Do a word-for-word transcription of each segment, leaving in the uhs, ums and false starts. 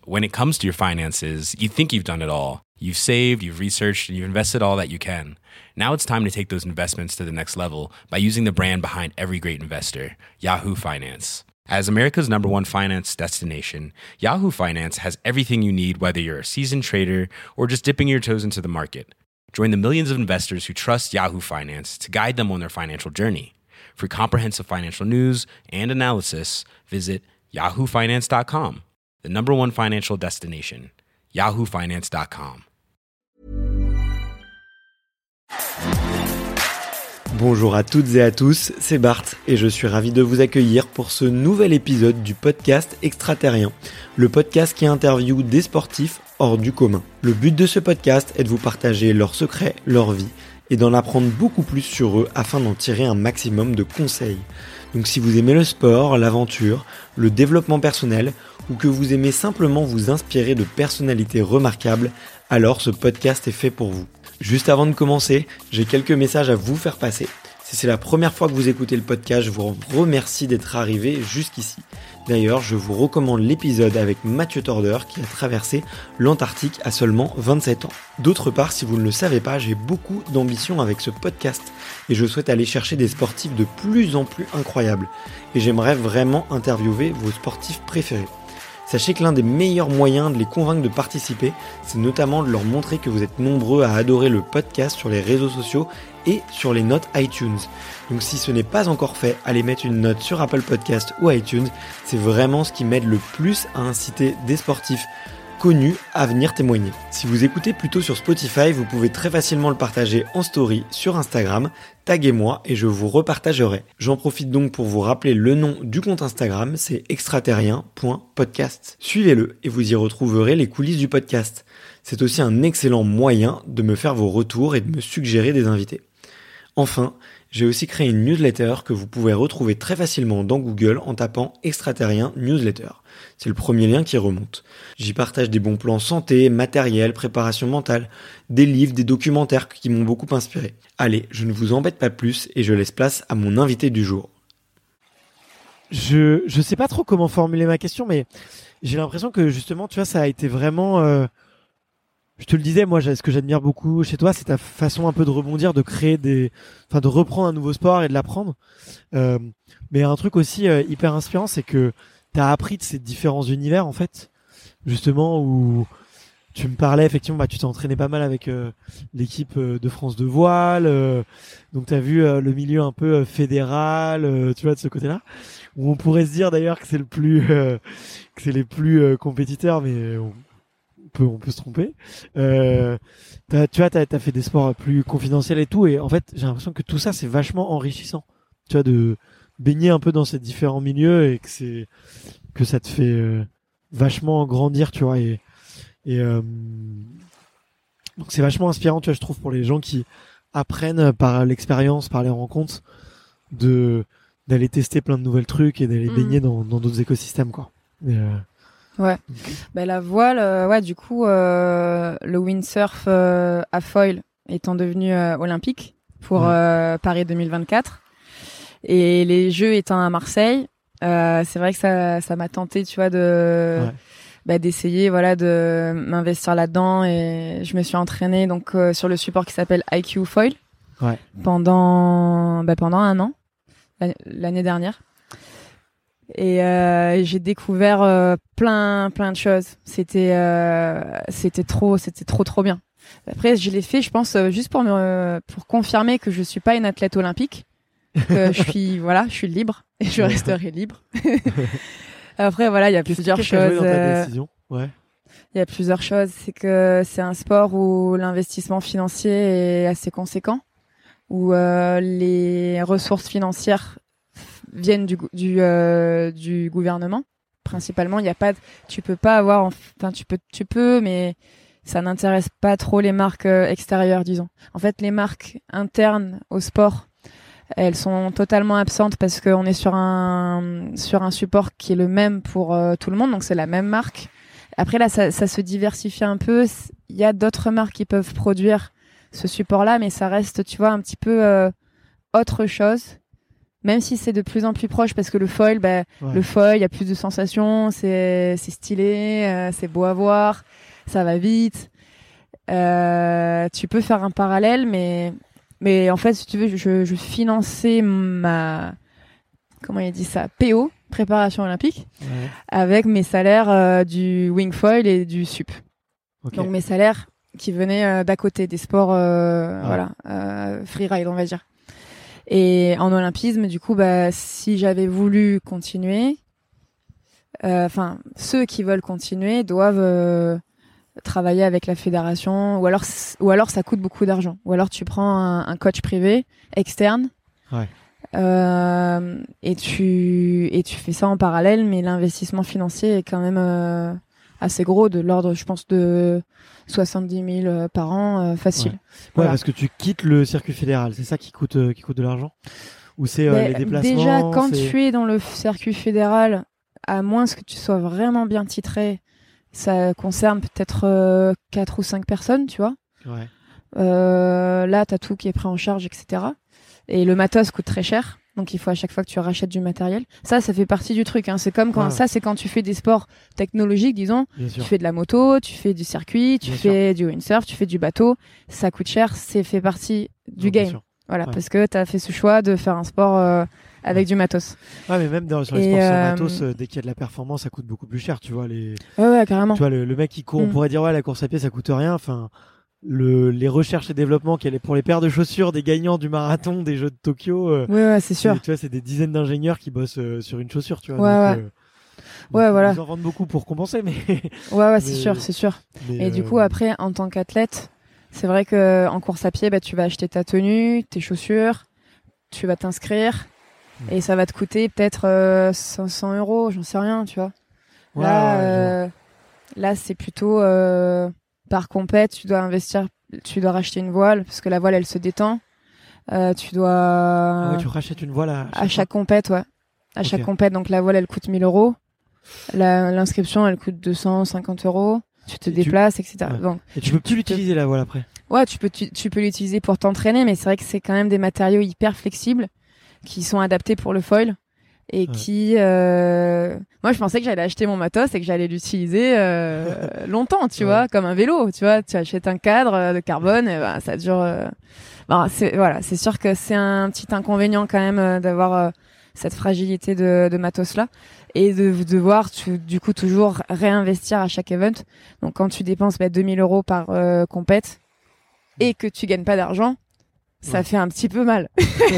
when it comes to your finances, you think you've done it all. You've saved, you've researched, and you've invested all that you can. Now it's time to take those investments to the next level by using the brand behind every great investor, Yahoo Finance. As America's number one finance destination, Yahoo Finance has everything you need, whether you're a seasoned trader or just dipping your toes into the market. Join the millions of investors who trust Yahoo Finance to guide them on their financial journey. For comprehensive financial news and analysis, visit yahoo finance dot com, the number one financial destination, yahoo finance dot com. Bonjour à toutes et à tous, c'est Bart et je suis ravi de vous accueillir pour ce nouvel épisode du podcast Extraterrien, le podcast qui interviewe des sportifs hors du commun. Le but de ce podcast est de vous partager leurs secrets, leur vie et d'en apprendre beaucoup plus sur eux afin d'en tirer un maximum de conseils. Donc si vous aimez le sport, l'aventure, le développement personnel ou que vous aimez simplement vous inspirer de personnalités remarquables, alors ce podcast est fait pour vous. Juste avant de commencer, j'ai quelques messages à vous faire passer. Si c'est la première fois que vous écoutez le podcast, je vous remercie d'être arrivé jusqu'ici. D'ailleurs, je vous recommande l'épisode avec Mathieu Torder qui a traversé l'Antarctique à seulement vingt-sept ans. D'autre part, si vous ne le savez pas, j'ai beaucoup d'ambition avec ce podcast et je souhaite aller chercher des sportifs de plus en plus incroyables. Et j'aimerais vraiment interviewer vos sportifs préférés. Sachez que l'un des meilleurs moyens de les convaincre de participer, c'est notamment de leur montrer que vous êtes nombreux à adorer le podcast sur les réseaux sociaux et sur les notes iTunes. Donc si ce n'est pas encore fait, allez mettre une note sur Apple Podcast ou iTunes, c'est vraiment ce qui m'aide le plus à inciter des sportifs connus à venir témoigner. Si vous écoutez plutôt sur Spotify, vous pouvez très facilement le partager en story sur Instagram, taguez-moi et je vous repartagerai. J'en profite donc pour vous rappeler le nom du compte Instagram, c'est extraterrien point podcast. Suivez-le et vous y retrouverez les coulisses du podcast. C'est aussi un excellent moyen de me faire vos retours et de me suggérer des invités. Enfin, j'ai aussi créé une newsletter que vous pouvez retrouver très facilement dans Google en tapant Extraterrien Newsletter. C'est le premier lien qui remonte. J'y partage des bons plans santé, matériel, préparation mentale, des livres, des documentaires qui m'ont beaucoup inspiré. Allez, je ne vous embête pas plus et je laisse place à mon invité du jour. Je je sais pas trop comment formuler ma question, mais j'ai l'impression que justement, tu vois, ça a été vraiment... Euh... Je te le disais, moi, ce que j'admire beaucoup chez toi, c'est ta façon un peu de rebondir, de créer des, enfin, de reprendre un nouveau sport et de l'apprendre. Euh, mais un truc aussi euh, hyper inspirant, c'est que t'as appris de ces différents univers, en fait, justement, où tu me parlais, effectivement, bah, tu t'es entraîné pas mal avec euh, l'équipe euh, de France de voile, euh, donc t'as vu euh, le milieu un peu euh, fédéral, euh, tu vois, de ce côté-là, où on pourrait se dire d'ailleurs que c'est le plus, euh, que c'est les plus euh, compétiteurs, mais on, on peut, on peut se tromper. Euh, t'as, tu vois, t'as, t'as fait des sports plus confidentiels et tout, et en fait, j'ai l'impression que tout ça, c'est vachement enrichissant, tu vois, de baigner un peu dans ces différents milieux et que c'est, que ça te fait euh, vachement grandir, tu vois, et Et euh, donc c'est vachement inspirant, tu vois, je trouve, pour les gens qui apprennent par l'expérience, par les rencontres, de d'aller tester plein de nouvelles trucs et d'aller mmh. baigner dans dans d'autres écosystèmes, quoi. Et euh... Ouais. Bah la voile, euh, ouais, du coup, euh, le windsurf euh, à foil étant devenu euh, olympique pour ouais. euh, Paris deux mille vingt-quatre et les Jeux étant à Marseille, euh, c'est vrai que ça ça m'a tenté, tu vois, de ouais. Bah, d'essayer voilà de m'investir là-dedans et je me suis entraînée donc euh, sur le support qui s'appelle I Q Foil ouais. pendant bah, pendant un an l'année dernière et euh, j'ai découvert euh, plein plein de choses. C'était euh, c'était trop c'était trop trop bien. Après je l'ai fait, je pense, euh, juste pour me pour confirmer que je suis pas une athlète olympique, que je suis voilà je suis libre et je resterai libre. Après, voilà, il y a Qu'est-ce plusieurs que choses. Dans ta décision ouais. Il y a plusieurs choses. C'est que c'est un sport où l'investissement financier est assez conséquent, où euh, les ressources financières viennent du du, euh, du gouvernement. Principalement, il y a pas, de, tu peux pas avoir, enfin tu peux, tu peux, mais ça n'intéresse pas trop les marques extérieures, disons. En fait, les marques internes au sport, elles sont totalement absentes parce qu'on est sur un sur un support qui est le même pour euh, tout le monde, donc c'est la même marque. Après là, ça, ça se diversifie un peu. Il y a d'autres marques qui peuvent produire ce support-là, mais ça reste, tu vois, un petit peu euh, autre chose. même si c'est de plus en plus proche, parce que le foil, bah, Ouais. le foil, il y a plus de sensations, c'est, c'est stylé, euh, c'est beau à voir, ça va vite. Euh, tu peux faire un parallèle, mais, mais en fait, si tu veux, je, je finançais ma, comment il dit ça, P O, préparation olympique, Ouais. avec mes salaires euh, du wing foil et du sup. Ok. Donc mes salaires qui venaient euh, d'à côté des sports, euh, Ah. voilà, euh, freeride, on va dire. Et en olympisme, du coup, bah, si j'avais voulu continuer, enfin, ceux qui veulent continuer doivent euh, travailler avec la fédération, ou alors, ou alors ça coûte beaucoup d'argent. Ou alors tu prends un, un coach privé externe. Ouais. Euh, et tu et tu fais ça en parallèle, mais l'investissement financier est quand même euh, assez gros, de l'ordre, je pense, de soixante-dix mille euh, par an, euh, facile. Ouais. Voilà. Ouais, parce que tu quittes le circuit fédéral, c'est ça qui coûte euh, qui coûte de l'argent, ou c'est euh, Mais les déplacements. déjà, quand c'est... tu es dans le circuit fédéral, à moins que tu sois vraiment bien titré, ça concerne peut-être euh, quatre ou cinq personnes, tu vois. Ouais. Euh, là, t'as tout qui est pris en charge, et cetera. Et le matos coûte très cher, donc il faut à chaque fois que tu rachètes du matériel. Ça, ça fait partie du truc. Hein. C'est comme quand Ouais. ça, c'est quand tu fais des sports technologiques, disons. Bien sûr. Tu fais de la moto, tu fais du circuit, tu Bien fais du windsurf, tu fais du bateau. Ça coûte cher, c'est fait partie du Non, bien game. sûr. Voilà, Ouais. parce que t'as fait ce choix de faire un sport euh, avec du matos. Ouais, mais même dans, sur les Et, sports sans euh, matos, euh, dès qu'il y a de la performance, ça coûte beaucoup plus cher, tu vois. Les... Ouais, ouais, carrément. Tu vois, le, le mec qui court, on Mm. pourrait dire, ouais, la course à pied, ça coûte rien. Enfin, le, les recherches et développements qu'il y a pour les paires de chaussures des gagnants du marathon, des Jeux de Tokyo, euh, Ouais, ouais, c'est sûr. c'est- tu vois, c'est des dizaines d'ingénieurs qui bossent euh, sur une chaussure, tu vois. Ouais, donc, ouais. euh, Ouais, donc, voilà. Ils en vendent beaucoup pour compenser, mais. Ouais, ouais, c'est Mais- sûr, c'est sûr. mais, Et du euh, coup, après, en tant qu'athlète, c'est vrai que en course à pied, bah, tu vas acheter ta tenue, tes chaussures, tu vas t'inscrire, Mm. et ça va te coûter peut-être euh, cinq cents euros, j'en sais rien, tu vois. ouais, là, ouais, je vois. euh, là, c'est plutôt euh, par compète, tu dois investir, tu dois racheter une voile parce que la voile, elle se détend. Euh, tu dois Ah ouais, tu rachètes une voile à, à chaque compète, ouais. À Ok. chaque compète, donc la voile, elle coûte mille euros. La- L'inscription, elle coûte deux cent cinquante euros. Tu te Et tu- déplaces, et cetera. Ouais. Donc, Et tu peux plus tu peux- l'utiliser la voile après. ouais, tu peux, tu, tu peux l'utiliser pour t'entraîner, mais c'est vrai que c'est quand même des matériaux hyper flexibles qui sont adaptés pour le foil et Ouais. qui, euh... moi, je pensais que j'allais acheter mon matos et que j'allais l'utiliser euh, longtemps, tu Ouais. vois, comme un vélo, tu vois. Tu achètes un cadre euh, de carbone, et ben ça dure. Euh... Ben, c'est voilà, c'est sûr que c'est un petit inconvénient quand même euh, d'avoir euh, cette fragilité de, de matos là et de devoir tu, du coup toujours réinvestir à chaque event. Donc quand tu dépenses bah, deux mille euros par euh, compète et que tu gagnes pas d'argent, ça Ouais. fait un petit peu mal.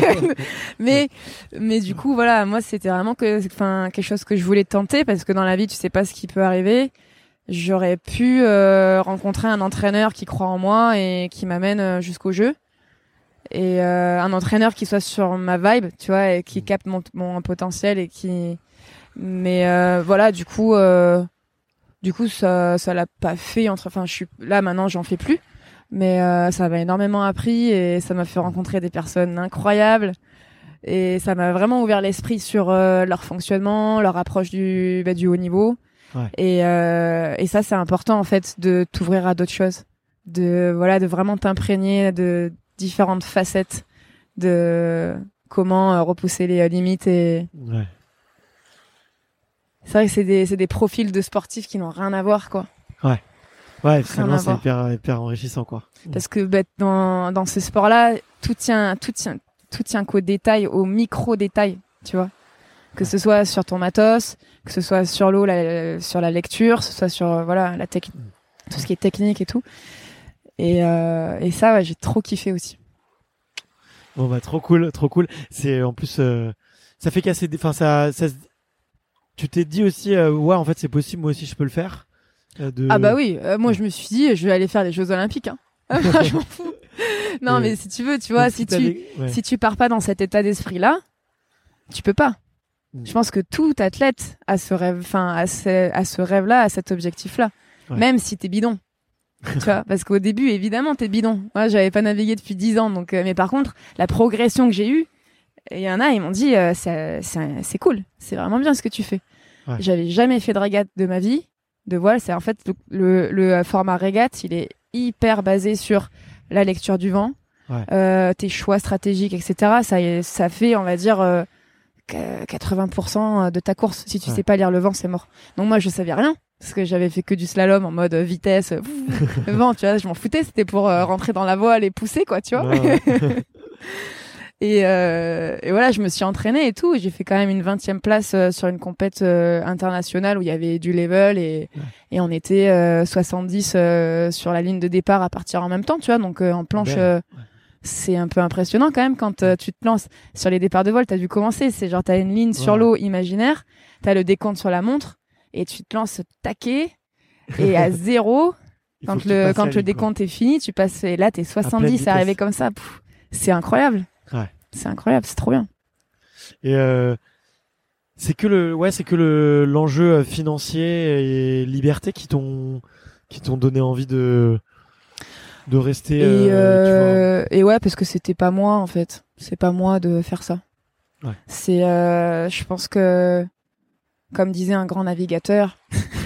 mais mais du coup voilà, moi c'était vraiment que enfin quelque chose que je voulais tenter parce que dans la vie tu sais pas ce qui peut arriver. J'aurais pu euh, rencontrer un entraîneur qui croit en moi et qui m'amène euh, jusqu'au jeu. Et euh, un entraîneur qui soit sur ma vibe, tu vois, et qui capte mon, mon potentiel et qui. Mais euh, voilà, du coup, euh, du coup, ça, ça l'a pas fait. Entre, enfin, je suis là maintenant, j'en fais plus, mais euh, ça m'a énormément appris et ça m'a fait rencontrer des personnes incroyables et ça m'a vraiment ouvert l'esprit sur euh, leur fonctionnement, leur approche du bah, du haut niveau. Ouais. Et euh, et ça, c'est important en fait de t'ouvrir à d'autres choses, de voilà, de vraiment t'imprégner de différentes facettes de comment euh, repousser les euh, limites et Ouais. c'est vrai que c'est des c'est des profils de sportifs qui n'ont rien à voir quoi Ouais, finalement, à c'est voir. hyper, hyper enrichissant, quoi. parce que bah, dans dans ces sports-là tout tient tout tient tout tient qu'au détail, au micro détail, tu vois, que ce soit sur ton matos, que ce soit sur l'eau, la, sur la lecture, que ce soit sur euh, voilà la tech, tout ce qui est technique et tout. Et, euh, et ça, ouais, j'ai trop kiffé aussi. Bon, bah, trop cool, trop cool. C'est, en plus, euh, ça fait casser des, enfin, ça, ça, se- tu t'es dit aussi, euh, ouais, en fait, c'est possible, moi aussi, je peux le faire. euh, de... Ah bah oui, euh, moi je me suis dit, je vais aller faire les Jeux Olympiques. Hein. Je m'en fous. Non, Et- mais si tu veux, tu vois, Donc, si tu t'avais- ouais. si tu pars pas dans cet état d'esprit-là, tu peux pas. Mm. Je pense que tout athlète a ce rêve, enfin, a ce, a ce rêve-là, a cet objectif-là. Ouais. Même si t'es bidon. Tu vois, parce qu'au début, évidemment, t'es bidon. Moi, j'avais pas navigué depuis dix ans, donc, euh, mais par contre, la progression que j'ai eue, il y en a, ils m'ont dit, euh, c'est, c'est, c'est cool. C'est vraiment bien ce que tu fais. Ouais. J'avais jamais fait de régate de ma vie, de voile. C'est en fait, le, le, le format régate, il est hyper basé sur la lecture du vent, Ouais. euh, tes choix stratégiques, et cetera. Ça, ça fait, on va dire, euh, quatre-vingts pour cent de ta course. Si tu ouais. sais pas lire le vent, c'est mort. Donc moi, je savais rien. Parce que j'avais fait que du slalom en mode vitesse, le vent, tu vois, je m'en foutais. C'était pour euh, rentrer dans la voile et pousser, quoi, tu vois. Ouais, ouais. et, euh, et voilà, je me suis entraînée et tout. J'ai fait quand même une vingtième place euh, sur une compète euh, internationale où il y avait du level et, ouais. et on était euh, soixante-dix euh, sur la ligne de départ à partir en même temps, tu vois. Donc euh, en planche, euh, ouais. c'est un peu impressionnant quand même quand euh, tu te lances sur les départs de vol. T'as dû commencer, c'est genre t'as une ligne sur ouais. l'eau imaginaire, t'as le décompte sur la montre. Et tu te lances taquet et à zéro, quand le, quand le décompte est fini, tu passes, et là, t'es soixante-dix, c'est arrivé comme ça. Pff, c'est incroyable. Ouais. C'est incroyable, c'est trop bien. Et, euh, c'est que le, ouais, c'est que le, l'enjeu financier et liberté qui t'ont, qui t'ont donné envie de, de rester, et, euh, euh, et ouais, parce que c'était pas moi, en fait. C'est pas moi de faire ça. Ouais. C'est, euh, je pense que, comme disait un grand navigateur,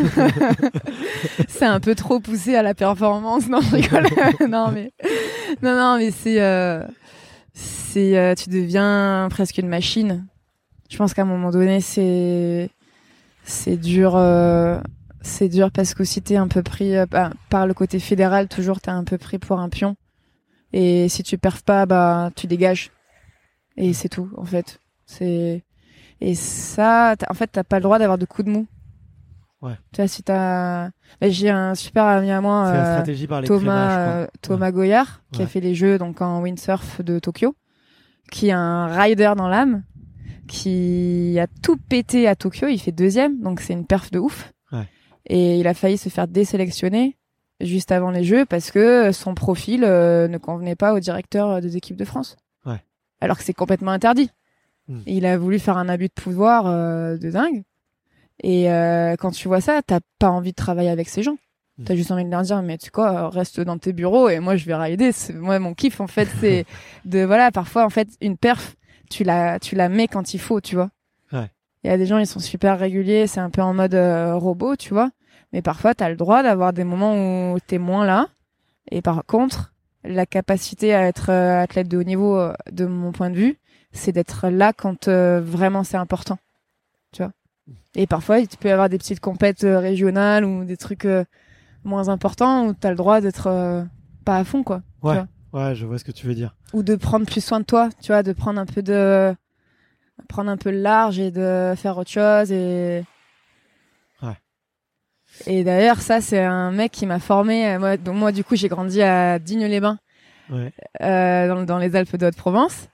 c'est un peu trop poussé à la performance. Non, je rigole. non, mais non, non, mais c'est, euh, c'est, euh, tu deviens presque une machine. Je pense qu'à un moment donné, c'est, c'est dur, euh, c'est dur parce qu'aussi t'es un peu pris euh, par le côté fédéral. Toujours, t'es un peu pris pour un pion. Et si tu perfs pas, bah, tu dégages. Et c'est tout, en fait. C'est Et ça, en fait, t'as pas le droit d'avoir de coups de mou. Ouais. Tu vois, si t'as... Bah, j'ai un super ami à moi, c'est euh, la stratégie par les Thomas, crémages, euh, Thomas ouais. Goyard, qui ouais. a fait les Jeux donc en windsurf de Tokyo, qui est un rider dans l'âme, qui a tout pété à Tokyo. Il fait deuxième, donc c'est une perf de ouf. Ouais. Et il a failli se faire désélectionner juste avant les Jeux parce que son profil euh, ne convenait pas au directeur des équipes de France. Ouais. Alors que c'est complètement interdit. Il a voulu faire un abus de pouvoir euh, de dingue. Et euh, quand tu vois ça, t'as pas envie de travailler avec ces gens. Mmh. T'as juste envie de leur dire, mais tu sais quoi, reste dans tes bureaux et moi je vais rider. C'est, moi mon kiff en fait, c'est de voilà, parfois en fait une perf, tu la tu la mets quand il faut, tu vois. Ouais. Il y a des gens, ils sont super réguliers, c'est un peu en mode euh, robot, tu vois. Mais parfois t'as le droit d'avoir des moments où t'es moins là. Et par contre, la capacité à être euh, athlète de haut niveau, euh, de mon point de vue, c'est d'être là quand euh, vraiment c'est important, tu vois. Et parfois, il peut y avoir des petites compètes euh, régionales ou des trucs euh, moins importants où t'as le droit d'être euh, pas à fond, quoi. Ouais, tu vois. ouais, je vois ce que tu veux dire. Ou de prendre plus soin de toi, tu vois, de prendre un peu de prendre un peu le large et de faire autre chose et ouais. Et d'ailleurs, ça, c'est un mec qui m'a formé. Moi, donc moi, du coup, j'ai grandi à Digne-les-Bains, ouais. euh, dans, dans les Alpes de Haute-Provence.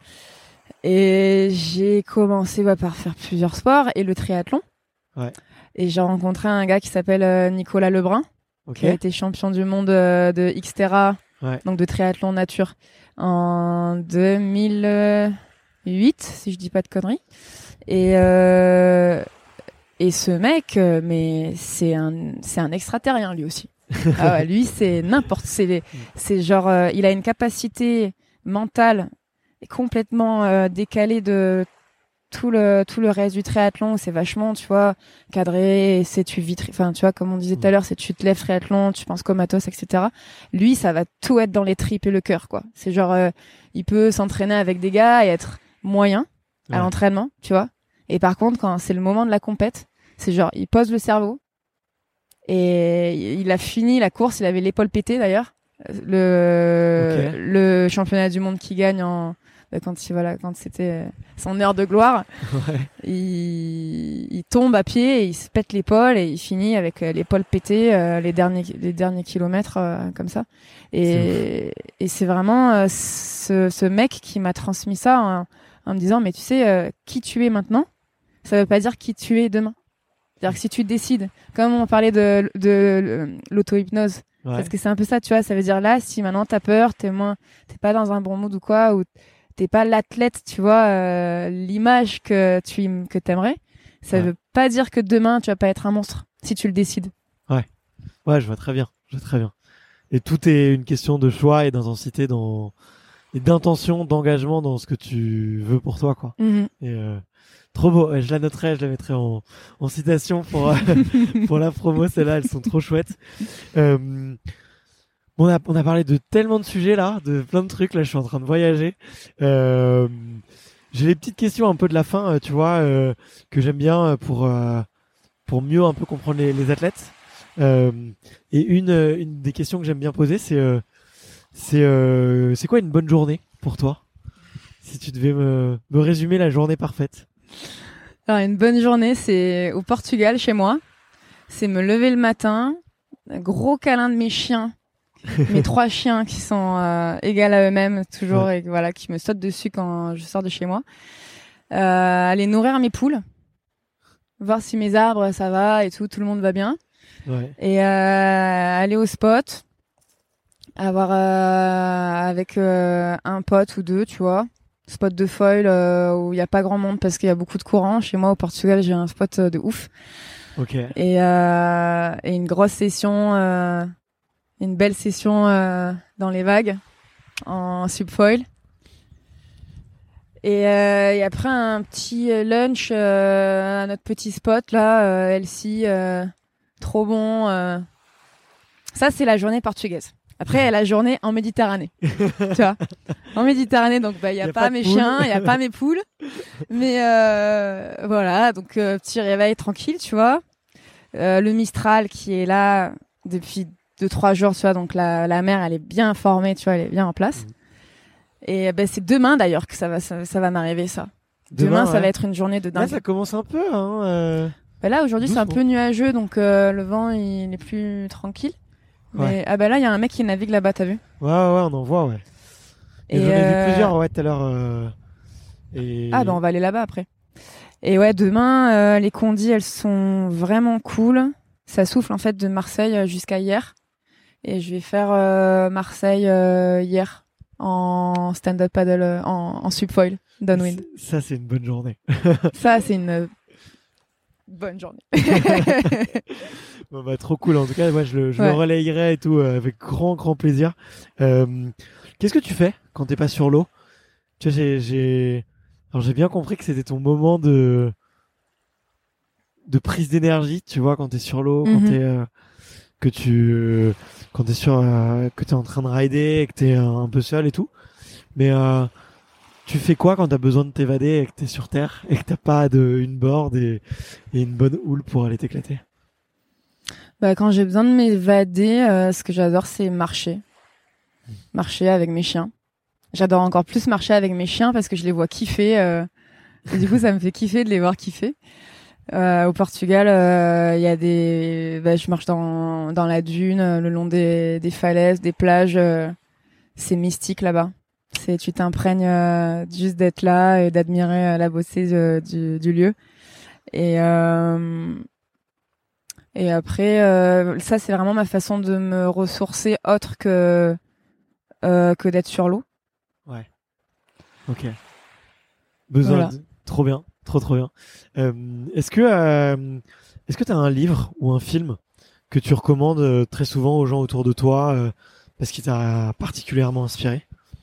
Et j'ai commencé bah, par faire plusieurs sports et le triathlon. Ouais. Et j'ai rencontré un gars qui s'appelle euh, Nicolas Lebrun, okay. qui a été champion du monde euh, de Xterra, ouais. donc de triathlon nature, en deux mille huit, si je dis pas de conneries. Et euh, et ce mec, euh, mais c'est un c'est un extraterrien lui aussi. Ah ouais, lui c'est n'importe, c'est c'est genre euh, il a une capacité mentale complètement euh, décalée de tout le tout le reste du triathlon. C'est vachement, tu vois, cadré, c'est tu vis tri- enfin tu vois, comme on disait tout à l'heure, c'est tu te lèves triathlon, tu penses qu'au matos, etc. Lui, ça va tout être dans les tripes et le cœur, quoi. C'est genre euh, il peut s'entraîner avec des gars et être moyen à ouais. l'entraînement, tu vois. Et par contre, quand c'est le moment de la compète, c'est genre il pose le cerveau et il a fini la course, il avait l'épaule pétée d'ailleurs. Le okay. le championnat du monde qui gagne en quand il voilà quand c'était son heure de gloire, ouais. il, il tombe à pied et il se pète l'épaule et il finit avec l'épaule pétée euh, les derniers les derniers kilomètres euh, comme ça. Et c'est et c'est vraiment euh, ce ce mec qui m'a transmis ça en, en me disant mais tu sais euh, qui tu es maintenant, ça veut pas dire qui tu es demain. C'est-à-dire que si tu décides, comme on parlait de de, de l'auto-hypnose, ouais. parce que c'est un peu ça, tu vois, ça veut dire là si maintenant t'as peur, t'es moins t'es pas dans un bon mood ou quoi, ou t'es pas l'athlète, tu vois, euh, l'image que tu que t'aimerais, ça ouais. veut pas dire que demain tu vas pas être un monstre si tu le décides. Ouais, ouais, je vois très bien, je vois très bien. Et tout est une question de choix et d'intensité, dans et d'intention, d'engagement dans ce que tu veux pour toi, quoi. Mm-hmm. Et euh, trop beau. Ouais, je la noterai, je la mettrai en, en citation pour euh, pour la promo. Celles-là, elles sont trop chouettes. Euh, On a, on a parlé de tellement de sujets là, de plein de trucs. Là, je suis en train de voyager. Euh, j'ai les petites questions un peu de la fin, euh, tu vois, euh, que j'aime bien pour euh, pour mieux un peu comprendre les, les athlètes. Euh, et une une des questions que j'aime bien poser, c'est euh, c'est euh, c'est quoi une bonne journée pour toi? Si tu devais me me résumer la journée parfaite. Alors, une bonne journée, c'est au Portugal, chez moi. C'est me lever le matin, un gros câlin de mes chiens, mes trois chiens qui sont euh, égales à eux-mêmes toujours ouais. et voilà, qui me sautent dessus quand je sors de chez moi. Euh, aller nourrir mes poules, voir si mes arbres ça va et tout, tout le monde va bien. Ouais. Et euh, aller au spot, avoir euh, avec euh, un pote ou deux, tu vois. Spot de foil euh, où il y a pas grand monde parce qu'il y a beaucoup de courants. Chez moi au Portugal, j'ai un spot de ouf. Ok. Et, euh, et une grosse session, euh, une belle session euh, dans les vagues en subfoil. Et, euh, et après un petit lunch euh, à notre petit spot là, euh, Elsie, euh, trop bon. Euh. Ça c'est la journée portugaise. Après, il y a la journée en Méditerranée. Tu vois, en Méditerranée, donc bah il y a, y a pas, pas mes chiens, il y a pas mes poules, mais euh, voilà, donc euh, petit réveil tranquille, tu vois. Euh, le Mistral qui est là depuis deux trois jours, tu vois, donc la la mer elle est bien formée, tu vois, elle est bien en place. Mmh. Et ben c'est demain d'ailleurs que ça va ça, ça va m'arriver ça. Demain, demain ouais. Ça va être une journée de dingue. Là, ça commence un peu, hein. Euh... Ben là aujourd'hui c'est un peu nuageux, donc euh, le vent il est plus tranquille. Mais ouais. ah bah là il y a un mec qui navigue là-bas, t'as vu? Ouais ouais, on en voit ouais. Et, et j'en ai euh... vu plusieurs ouais tout à l'heure. Euh... Et... Ah bah on va aller là-bas après. Et ouais demain euh, les condis elles sont vraiment cool. Ça souffle en fait de Marseille jusqu'à hier. Et je vais faire euh, Marseille euh, hier en stand-up paddle euh, en, en subfoil downwind. Ça c'est une bonne journée. Ça c'est une bonne journée. Bon bah trop cool en tout cas moi je le je ouais. le relayerai et tout euh, avec grand grand plaisir. Euh, qu'est-ce que tu fais quand t'es pas sur l'eau? Tu vois j'ai j'ai alors j'ai bien compris que c'était ton moment de de prise d'énergie, tu vois, quand t'es sur l'eau, mm-hmm. quand t'es euh, que tu quand t'es sur euh, que t'es en train de rider et que t'es euh, un peu seul et tout. Mais euh, tu fais quoi quand t'as besoin de t'évader et que t'es sur terre et que t'as pas de une board et, et une bonne houle pour aller t'éclater? Bah quand j'ai besoin de m'évader, euh, ce que j'adore c'est marcher, marcher avec mes chiens. J'adore encore plus marcher avec mes chiens parce que je les vois kiffer. Euh, et du coup ça me fait kiffer de les voir kiffer. Euh, au Portugal, il euh, y a des, bah, je marche dans dans la dune, euh, le long des des falaises, des plages. Euh, c'est mystique là-bas. C'est tu t'imprègnes euh, juste d'être là et d'admirer euh, la beauté euh, du du lieu. Et euh, et après, euh, ça c'est vraiment ma façon de me ressourcer autre que euh, que d'être sur l'eau. Ouais. Ok. Besoin. Voilà. De... Trop bien. Trop trop bien. Euh, est-ce que euh, est-ce que t'as un livre ou un film que tu recommandes euh, très souvent aux gens autour de toi euh, parce qu'il t'a particulièrement inspiré?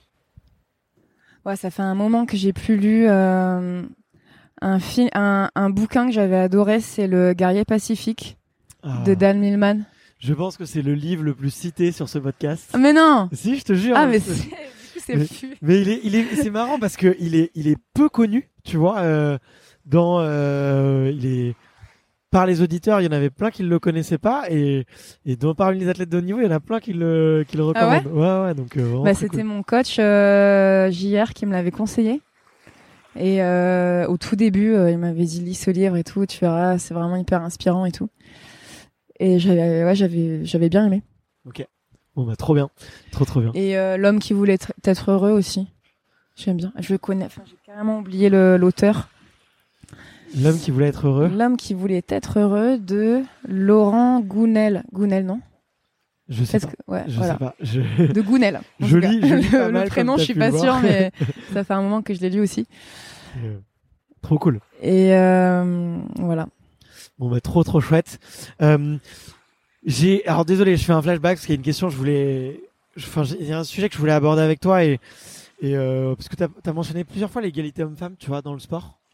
Ouais, ça fait un moment que j'ai plus lu euh, un film, un, un bouquin que j'avais adoré, c'est Le Guerrier Pacifique ah. de Dan Millman. Je pense que c'est le livre le plus cité sur ce podcast. Mais non. Si, je te jure. Ah mais c'est, du coup, c'est mais, plus. mais il est il est c'est marrant parce que il est il est peu connu, tu vois. Euh, dans euh, il est par les auditeurs, il y en avait plein qui ne le connaissaient pas et et dans parmi les athlètes de haut niveau, il y en a plein qui le qui le recommandent. Ah ouais, ouais ouais donc euh, bah c'était cool. Mon coach euh, J R qui me l'avait conseillé. Et euh, au tout début, euh, il m'avait dit lis ce livre et tout, tu verras, c'est vraiment hyper inspirant et tout. Et j'avais ouais, j'avais j'avais bien aimé. OK. Bon bah trop bien. Trop trop bien. Et euh, L'homme qui voulait être, être heureux aussi. J'aime bien. Je le connais, enfin j'ai carrément oublié le, l'auteur. L'homme qui voulait être heureux. L'homme qui voulait être heureux de Laurent Gounel. Gounel, non? Je sais pas. Que, ouais, je voilà. sais pas. Je... De Gounel. Je lis, je lis pas le, mal le prénom, je suis pas sûre, mais ça fait un moment que je l'ai lu aussi. Euh, trop cool. Et euh, voilà. Bon bah trop trop chouette. Euh, j'ai alors désolé, je fais un flashback parce qu'il y a une question, je voulais, enfin il y a un sujet que je voulais aborder avec toi et et euh, parce que t'as as mentionné plusieurs fois l'égalité homme-femme, tu vois, dans le sport.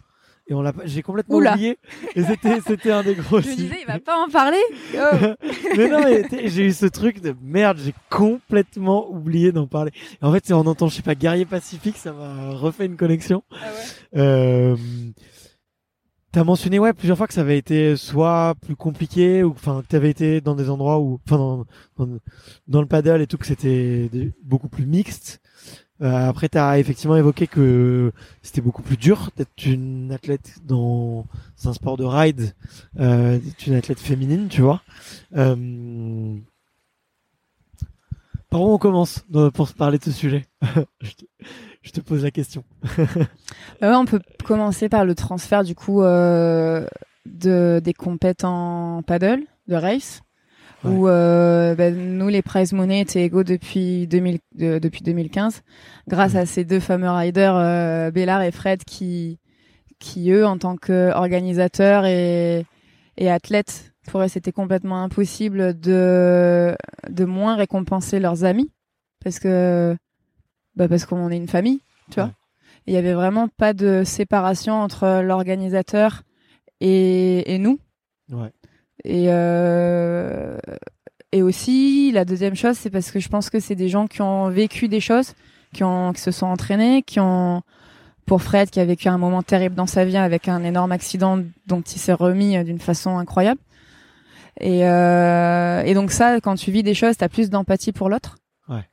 et on l'a pas, j'ai complètement Oula. oublié. Et c'était, c'était un des gros. Je me disais, il va pas en parler. Oh. Mais non, mais j'ai eu ce truc de merde, j'ai complètement oublié d'en parler. Et en fait, c'est on entend, je sais pas, Guerrier Pacifique, ça m'a refait une connexion. Ah ouais. Euh, T'as mentionné ouais plusieurs fois que ça avait été soit plus compliqué ou enfin que t'avais été dans des endroits où enfin dans, dans dans le paddle et tout que c'était des, beaucoup plus mixte. Euh, après t'as effectivement évoqué que c'était beaucoup plus dur d'être une athlète dans un sport de ride, euh, d'être une athlète féminine, tu vois. Euh... Par où on commence pour se parler de ce sujet? je, te, je te pose la question. Bah ouais, on peut commencer par le transfert du coup euh, de des compètes en paddle, de race, ouais. où euh, bah, nous les prize money étaient égaux depuis deux mille, de, depuis deux mille quinze, grâce mmh. à ces deux fameux riders euh, Bellard et Fred qui qui eux en tant qu'organisateurs et et athlètes, pour eux c'était complètement impossible de de moins récompenser leurs amis parce que bah parce qu'on est une famille, tu vois. Ouais. Il y avait vraiment pas de séparation entre l'organisateur et, et nous. Ouais. Et euh, et aussi la deuxième chose, c'est parce que je pense que c'est des gens qui ont vécu des choses, qui ont qui se sont entraînés, qui ont pour Fred qui a vécu un moment terrible dans sa vie avec un énorme accident dont il s'est remis d'une façon incroyable. Et euh, et donc ça, quand tu vis des choses, t'as plus d'empathie pour l'autre. Ouais.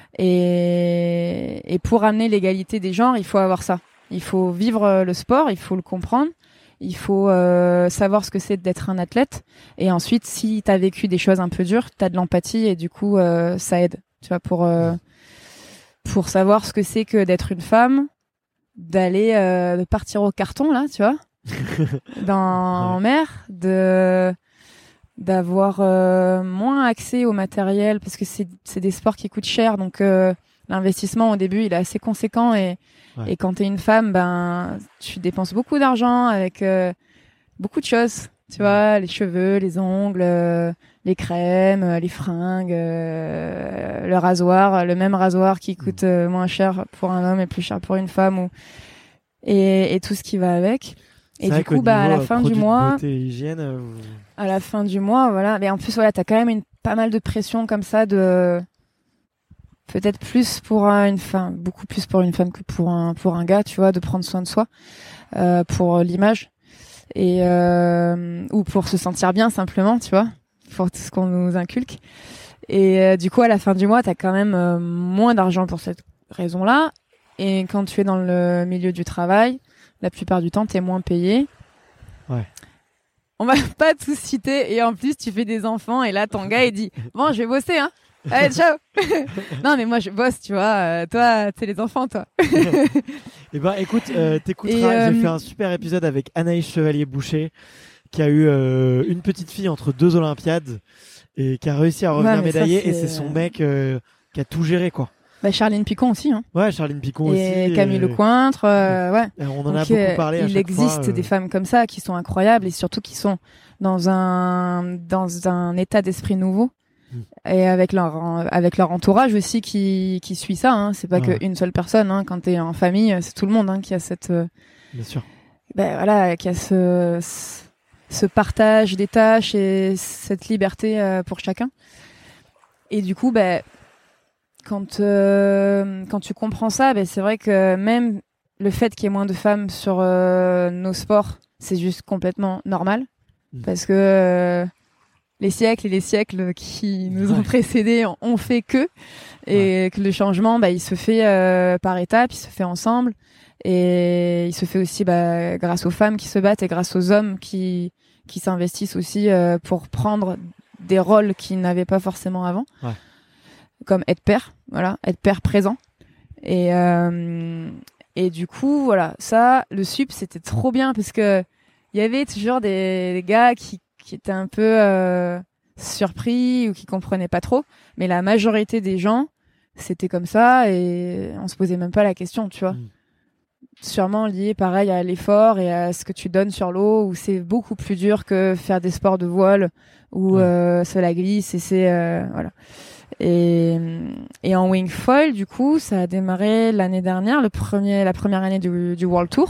Et, et pour amener l'égalité des genres, il faut avoir ça. Il faut vivre le sport, il faut le comprendre, il faut euh, savoir ce que c'est d'être un athlète. Et ensuite, si t'as vécu des choses un peu dures, t'as de l'empathie et du coup, euh, ça aide. Tu vois, pour euh, pour savoir ce que c'est que d'être une femme, d'aller euh, de partir au carton là, tu vois, dans en mer, de d'avoir euh, moins accès au matériel parce que c'est c'est des sports qui coûtent cher, donc euh, l'investissement au début il est assez conséquent et ouais. et quand t'es une femme, ben tu dépenses beaucoup d'argent avec euh, beaucoup de choses, tu vois, les cheveux, les ongles, euh, les crèmes, euh, les fringues, euh, le rasoir, le même rasoir qui coûte euh, moins cher pour un homme et plus cher pour une femme, ou et, et tout ce qui va avec. Et du coup, bah, à la fin du mois, beauté, hygiène, euh... à la fin du mois, voilà. Mais en plus, voilà, t'as quand même une, pas mal de pression comme ça, de peut-être plus pour une femme, beaucoup plus pour une femme que pour un pour un gars, tu vois, de prendre soin de soi, euh, pour l'image et euh, ou pour se sentir bien simplement, tu vois, pour tout ce qu'on nous inculque. Et euh, du coup, à la fin du mois, t'as quand même euh, moins d'argent pour cette raison-là. Et quand tu es dans le milieu du travail, la plupart du temps, t'es moins payé. Ouais. On va pas tous citer. Et en plus, tu fais des enfants. Et là, ton gars, il dit, bon, je vais bosser, hein. Allez, ciao. Non, mais moi, je bosse, tu vois. Euh, toi, t'es les enfants, toi. Eh ben, écoute, euh, t'écouteras. Euh... J'ai fait un super épisode avec Anaïs Chevalier-Boucher, qui a eu euh, une petite fille entre deux Olympiades et qui a réussi à revenir ouais, médaillée. Ça, et c'est son mec euh, qui a tout géré, quoi. Bah, Charline Picon aussi, hein. Ouais, Charline Picon et aussi. Et Camille Lecointre, euh, ouais. Et on en Donc, a beaucoup parlé. Euh, à il chaque existe fois, euh... des femmes comme ça qui sont incroyables et surtout qui sont dans un dans un état d'esprit nouveau mmh. et avec leur avec leur entourage aussi qui qui suit ça. Hein. C'est pas ouais. qu'une seule personne. Hein. Quand t'es en famille, c'est tout le monde hein, qui a cette. Euh, Bien sûr. Ben voilà, qui a ce ce partage des tâches et cette liberté euh, pour chacun. Et du coup, ben. Quand euh, quand tu comprends ça, ben c'est vrai que même le fait qu'il y ait moins de femmes sur euh, nos sports, c'est juste complètement normal mmh. parce que euh, les siècles et les siècles qui nous ouais. ont précédés ont, ont fait que et ouais. que le changement, bah il se fait euh, par étapes, il se fait ensemble et il se fait aussi bah, grâce aux femmes qui se battent et grâce aux hommes qui qui s'investissent aussi euh, pour prendre des rôles qu'ils n'avaient pas forcément avant. Ouais. Comme être père, voilà, être père présent. Et euh, et du coup, voilà, ça, le sup, c'était trop bien parce que il y avait toujours des, des gars qui qui étaient un peu euh, surpris ou qui comprenaient pas trop, mais la majorité des gens, c'était comme ça et on se posait même pas la question, tu vois. Mmh. Sûrement lié, pareil, à l'effort et à ce que tu donnes sur l'eau, où c'est beaucoup plus dur que faire des sports de voile où mmh. euh, cela glisse et c'est euh, voilà. Et, et en wing foil, du coup, ça a démarré l'année dernière, le premier, la première année du, du World Tour,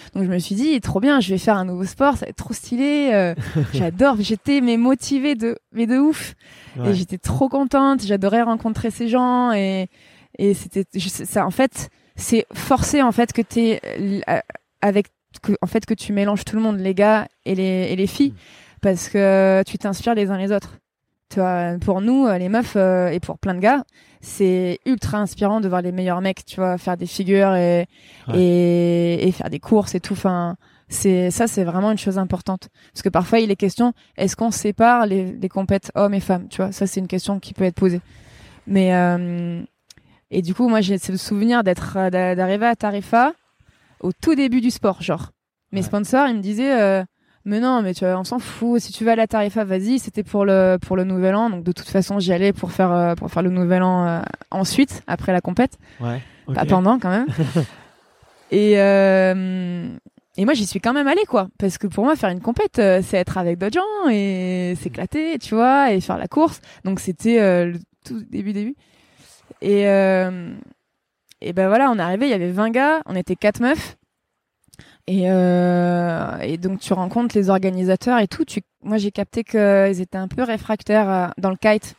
Donc je me suis dit, trop bien, je vais faire un nouveau sport, ça va être trop stylé. Euh, j'adore, j'étais mais motivée de, mais de ouf. Ouais. Et j'étais trop contente, j'adorais rencontrer ces gens et et c'était ça. En fait, c'est forcé en fait que t'es avec que en fait que tu mélanges tout le monde, les gars et les et les filles, parce que tu t'inspires les uns les autres. Tu vois, pour nous, les meufs euh, et pour plein de gars, c'est ultra inspirant de voir les meilleurs mecs, tu vois, faire des figures et ouais. et, et faire des courses et tout. Enfin, c'est ça, c'est vraiment une chose importante. Parce que parfois, il est question, est-ce qu'on sépare les, les compètes hommes et femmes, tu vois? Ça, c'est une question qui peut être posée. Mais euh, et du coup, moi, j'ai ce souvenir d'être d'arriver à Tarifa au tout début du sport, genre. Mes ouais. sponsors, ils me disaient. Euh, Mais non, mais tu vois, on s'en fout. Si tu vas à la Tarifa, vas-y. C'était pour le pour le Nouvel An, donc de toute façon, j'y allais pour faire euh, pour faire le Nouvel An euh, ensuite, après la compète. Ouais. Okay. Pas pendant quand même. et euh, et moi, j'y suis quand même allée, quoi, parce que pour moi, faire une compète, euh, c'est être avec d'autres gens et s'éclater, tu vois, et faire la course. Donc c'était euh, le tout début début. Et euh, et ben voilà, on est arrivé, il y avait vingt gars, on était quatre meufs. Et, euh, et donc tu rencontres les organisateurs et tout. Tu, moi j'ai capté qu'ils étaient un peu réfractaires à, dans le kite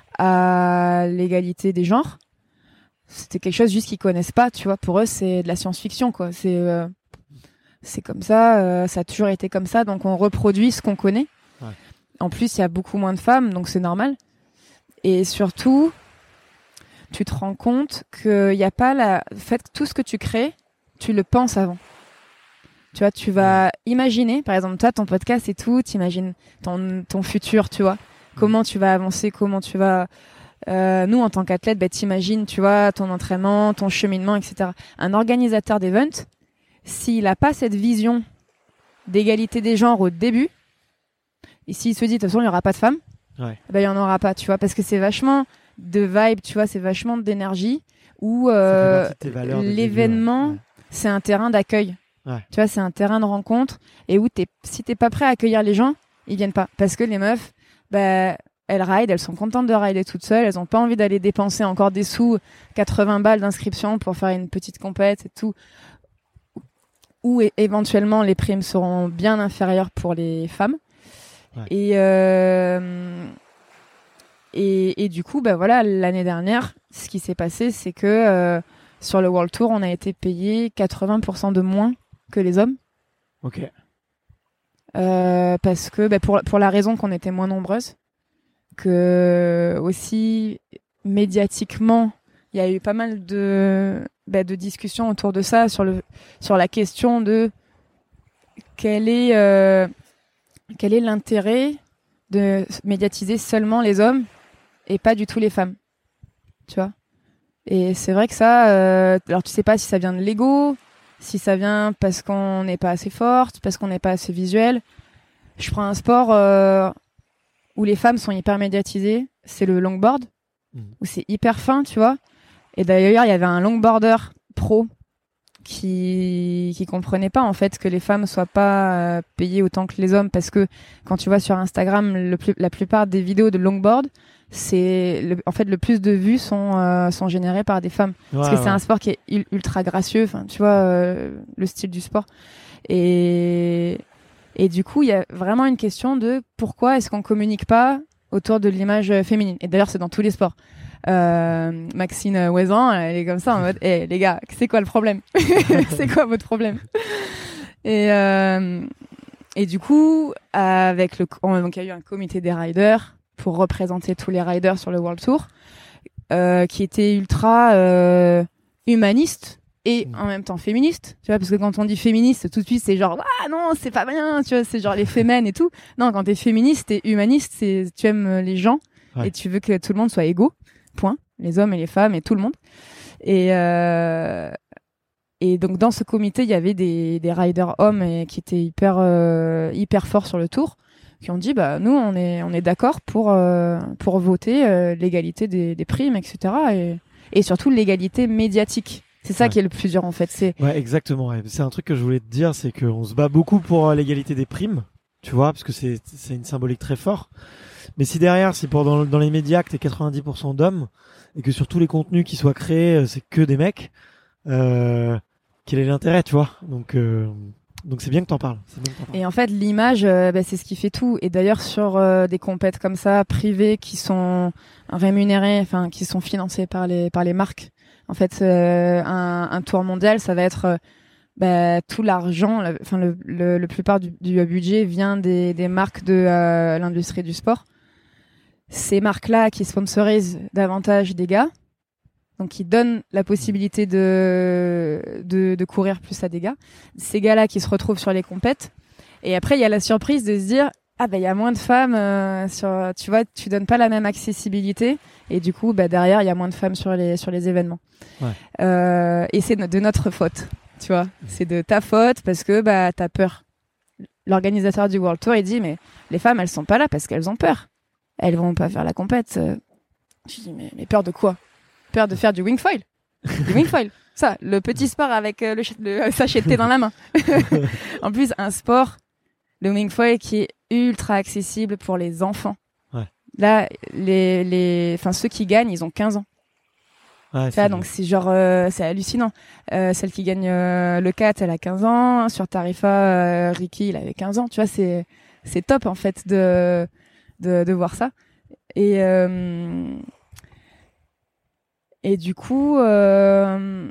à l'égalité des genres. C'était quelque chose juste qu'ils connaissent pas, tu vois. Pour eux c'est de la science-fiction, quoi. C'est euh, c'est comme ça, euh, ça a toujours été comme ça. Donc on reproduit ce qu'on connaît. Ouais. En plus il y a beaucoup moins de femmes, donc c'est normal. Et surtout, tu te rends compte qu'il y a pas la, en fait tout ce que tu crées, tu le penses avant. Tu vois, tu vas imaginer, par exemple, toi, ton podcast et tout, t'imagines ton, ton futur, tu vois. Comment tu vas avancer, comment tu vas... Euh, nous, en tant qu'athlète, bah, t'imagines, tu vois, ton entraînement, ton cheminement, et cetera. Un organisateur d'event, s'il n'a pas cette vision d'égalité des genres au début, et s'il se dit, de toute façon, il n'y aura pas de femmes, ouais. bah, il n'y en aura pas, tu vois, parce que c'est vachement de vibe, tu vois, c'est vachement d'énergie, où euh, l'événement, ouais. c'est un terrain d'accueil. Ouais. Tu vois, c'est un terrain de rencontre et où t'es, si t'es pas prêt à accueillir les gens, ils viennent pas. Parce que les meufs, bah, elles ride, elles sont contentes de rider toutes seules, elles ont pas envie d'aller dépenser encore des sous, quatre-vingts balles d'inscription pour faire une petite compète et tout. Ou é- éventuellement, les primes seront bien inférieures pour les femmes. Ouais. Et, euh, et, et du coup, bah voilà, l'année dernière, ce qui s'est passé, c'est que euh, sur le World Tour, on a été payé quatre-vingts pour cent de moins que les hommes. Ok. Euh, parce que bah, pour pour la raison qu'on était moins nombreuses, que aussi médiatiquement il y a eu pas mal de bah, de discussions autour de ça sur le sur la question de quel est euh, quel est l'intérêt de médiatiser seulement les hommes et pas du tout les femmes, tu vois. Et c'est vrai que ça, euh, alors tu sais pas si ça vient de l'ego. Si ça vient parce qu'on n'est pas assez forte, parce qu'on n'est pas assez visuel. Je prends un sport euh, où les femmes sont hyper médiatisées, c'est le longboard, mmh. où c'est hyper fin, tu vois. Et d'ailleurs, il y avait un longboarder pro qui qui comprenait pas en fait que les femmes soient pas euh, payées autant que les hommes, parce que quand tu vois sur Instagram, le plus, la plupart des vidéos de longboard, c'est le, en fait le plus de vues sont euh, sont générées par des femmes, ouais, parce que ouais. c'est un sport qui est ultra gracieux, enfin tu vois euh, le style du sport. Et et du coup il y a vraiment une question de pourquoi est-ce qu'on communique pas autour de l'image féminine. Et d'ailleurs c'est dans tous les sports. Euh, Maxine Ouezan, elle est comme ça en mode hé hey, les gars, c'est quoi le problème? C'est quoi votre problème? Et euh, et du coup avec le donc il y a eu un comité des riders pour représenter tous les riders sur le World Tour, euh, qui était ultra euh, humaniste et en même temps féministe, tu vois, parce que quand on dit féministe, tout de suite c'est genre ah non c'est pas bien, tu vois, c'est genre les fémènes et tout. Non, quand t'es féministe et humaniste, c'est tu aimes les gens, ouais. et tu veux que tout le monde soit égaux, point, les hommes et les femmes et tout le monde. Et euh, et donc dans ce comité il y avait des des riders hommes et, qui étaient hyper euh, hyper forts sur le tour, qui ont dit bah nous on est on est d'accord pour euh, pour voter euh, l'égalité des, des primes, et cetera. Et et surtout l'égalité médiatique. C'est ça ouais. qui est le plus dur en fait. C'est ouais exactement. Ouais. C'est un truc que je voulais te dire, c'est qu'on se bat beaucoup pour euh, l'égalité des primes, tu vois, parce que c'est c'est une symbolique très forte. Mais si derrière, si pour dans, dans les médias que t'es quatre-vingt-dix pour cent d'hommes et que sur tous les contenus qui soient créés, c'est que des mecs, euh, quel est l'intérêt, tu vois? Donc euh, Donc c'est bien que t'en parles. C'est bien que t'en parles. Et en fait, l'image, euh, bah, c'est ce qui fait tout. Et d'ailleurs, sur euh, des compètes comme ça, privées, qui sont rémunérées, enfin, qui sont financées par les par les marques. En fait, euh, un, un tour mondial, ça va être euh, bah, tout l'argent, la, enfin, le, le, le plupart du, du budget vient des, des marques de euh, l'industrie du sport. Ces marques-là qui sponsorisent davantage des gars, donc qui donnent la possibilité de, de, de courir plus à des gars. Ces gars-là qui se retrouvent sur les compètes. Et après, il y a la surprise de se dire, ah ben, il y a moins de femmes euh, sur, tu vois, tu donnes pas la même accessibilité. Et du coup, bah, derrière, il y a moins de femmes sur les, sur les événements. Ouais. Euh, et c'est de notre faute, tu vois. C'est de ta faute parce que, bah, t'as peur. L'organisateur du World Tour, il dit, mais les femmes, elles sont pas là parce qu'elles ont peur. Elles vont pas faire la compète. Je dis, mais, mais peur de quoi? Peur de faire du wing foil. Du wing foil. Ça, le petit sport avec euh, le, ch- le sachet de thé dans la main. En plus, un sport, le wing foil qui est ultra accessible pour les enfants. Ouais. Là, les, les, enfin, ceux qui gagnent, ils ont quinze ans. Ouais, Ça, donc c'est genre, euh, c'est hallucinant. Euh, celle qui gagne euh, le quatre, elle a quinze ans. Sur Tarifa, euh, Ricky, il avait quinze ans. Tu vois, c'est, c'est top, en fait, de, de, de voir ça. Et, euh, Et du coup, euh,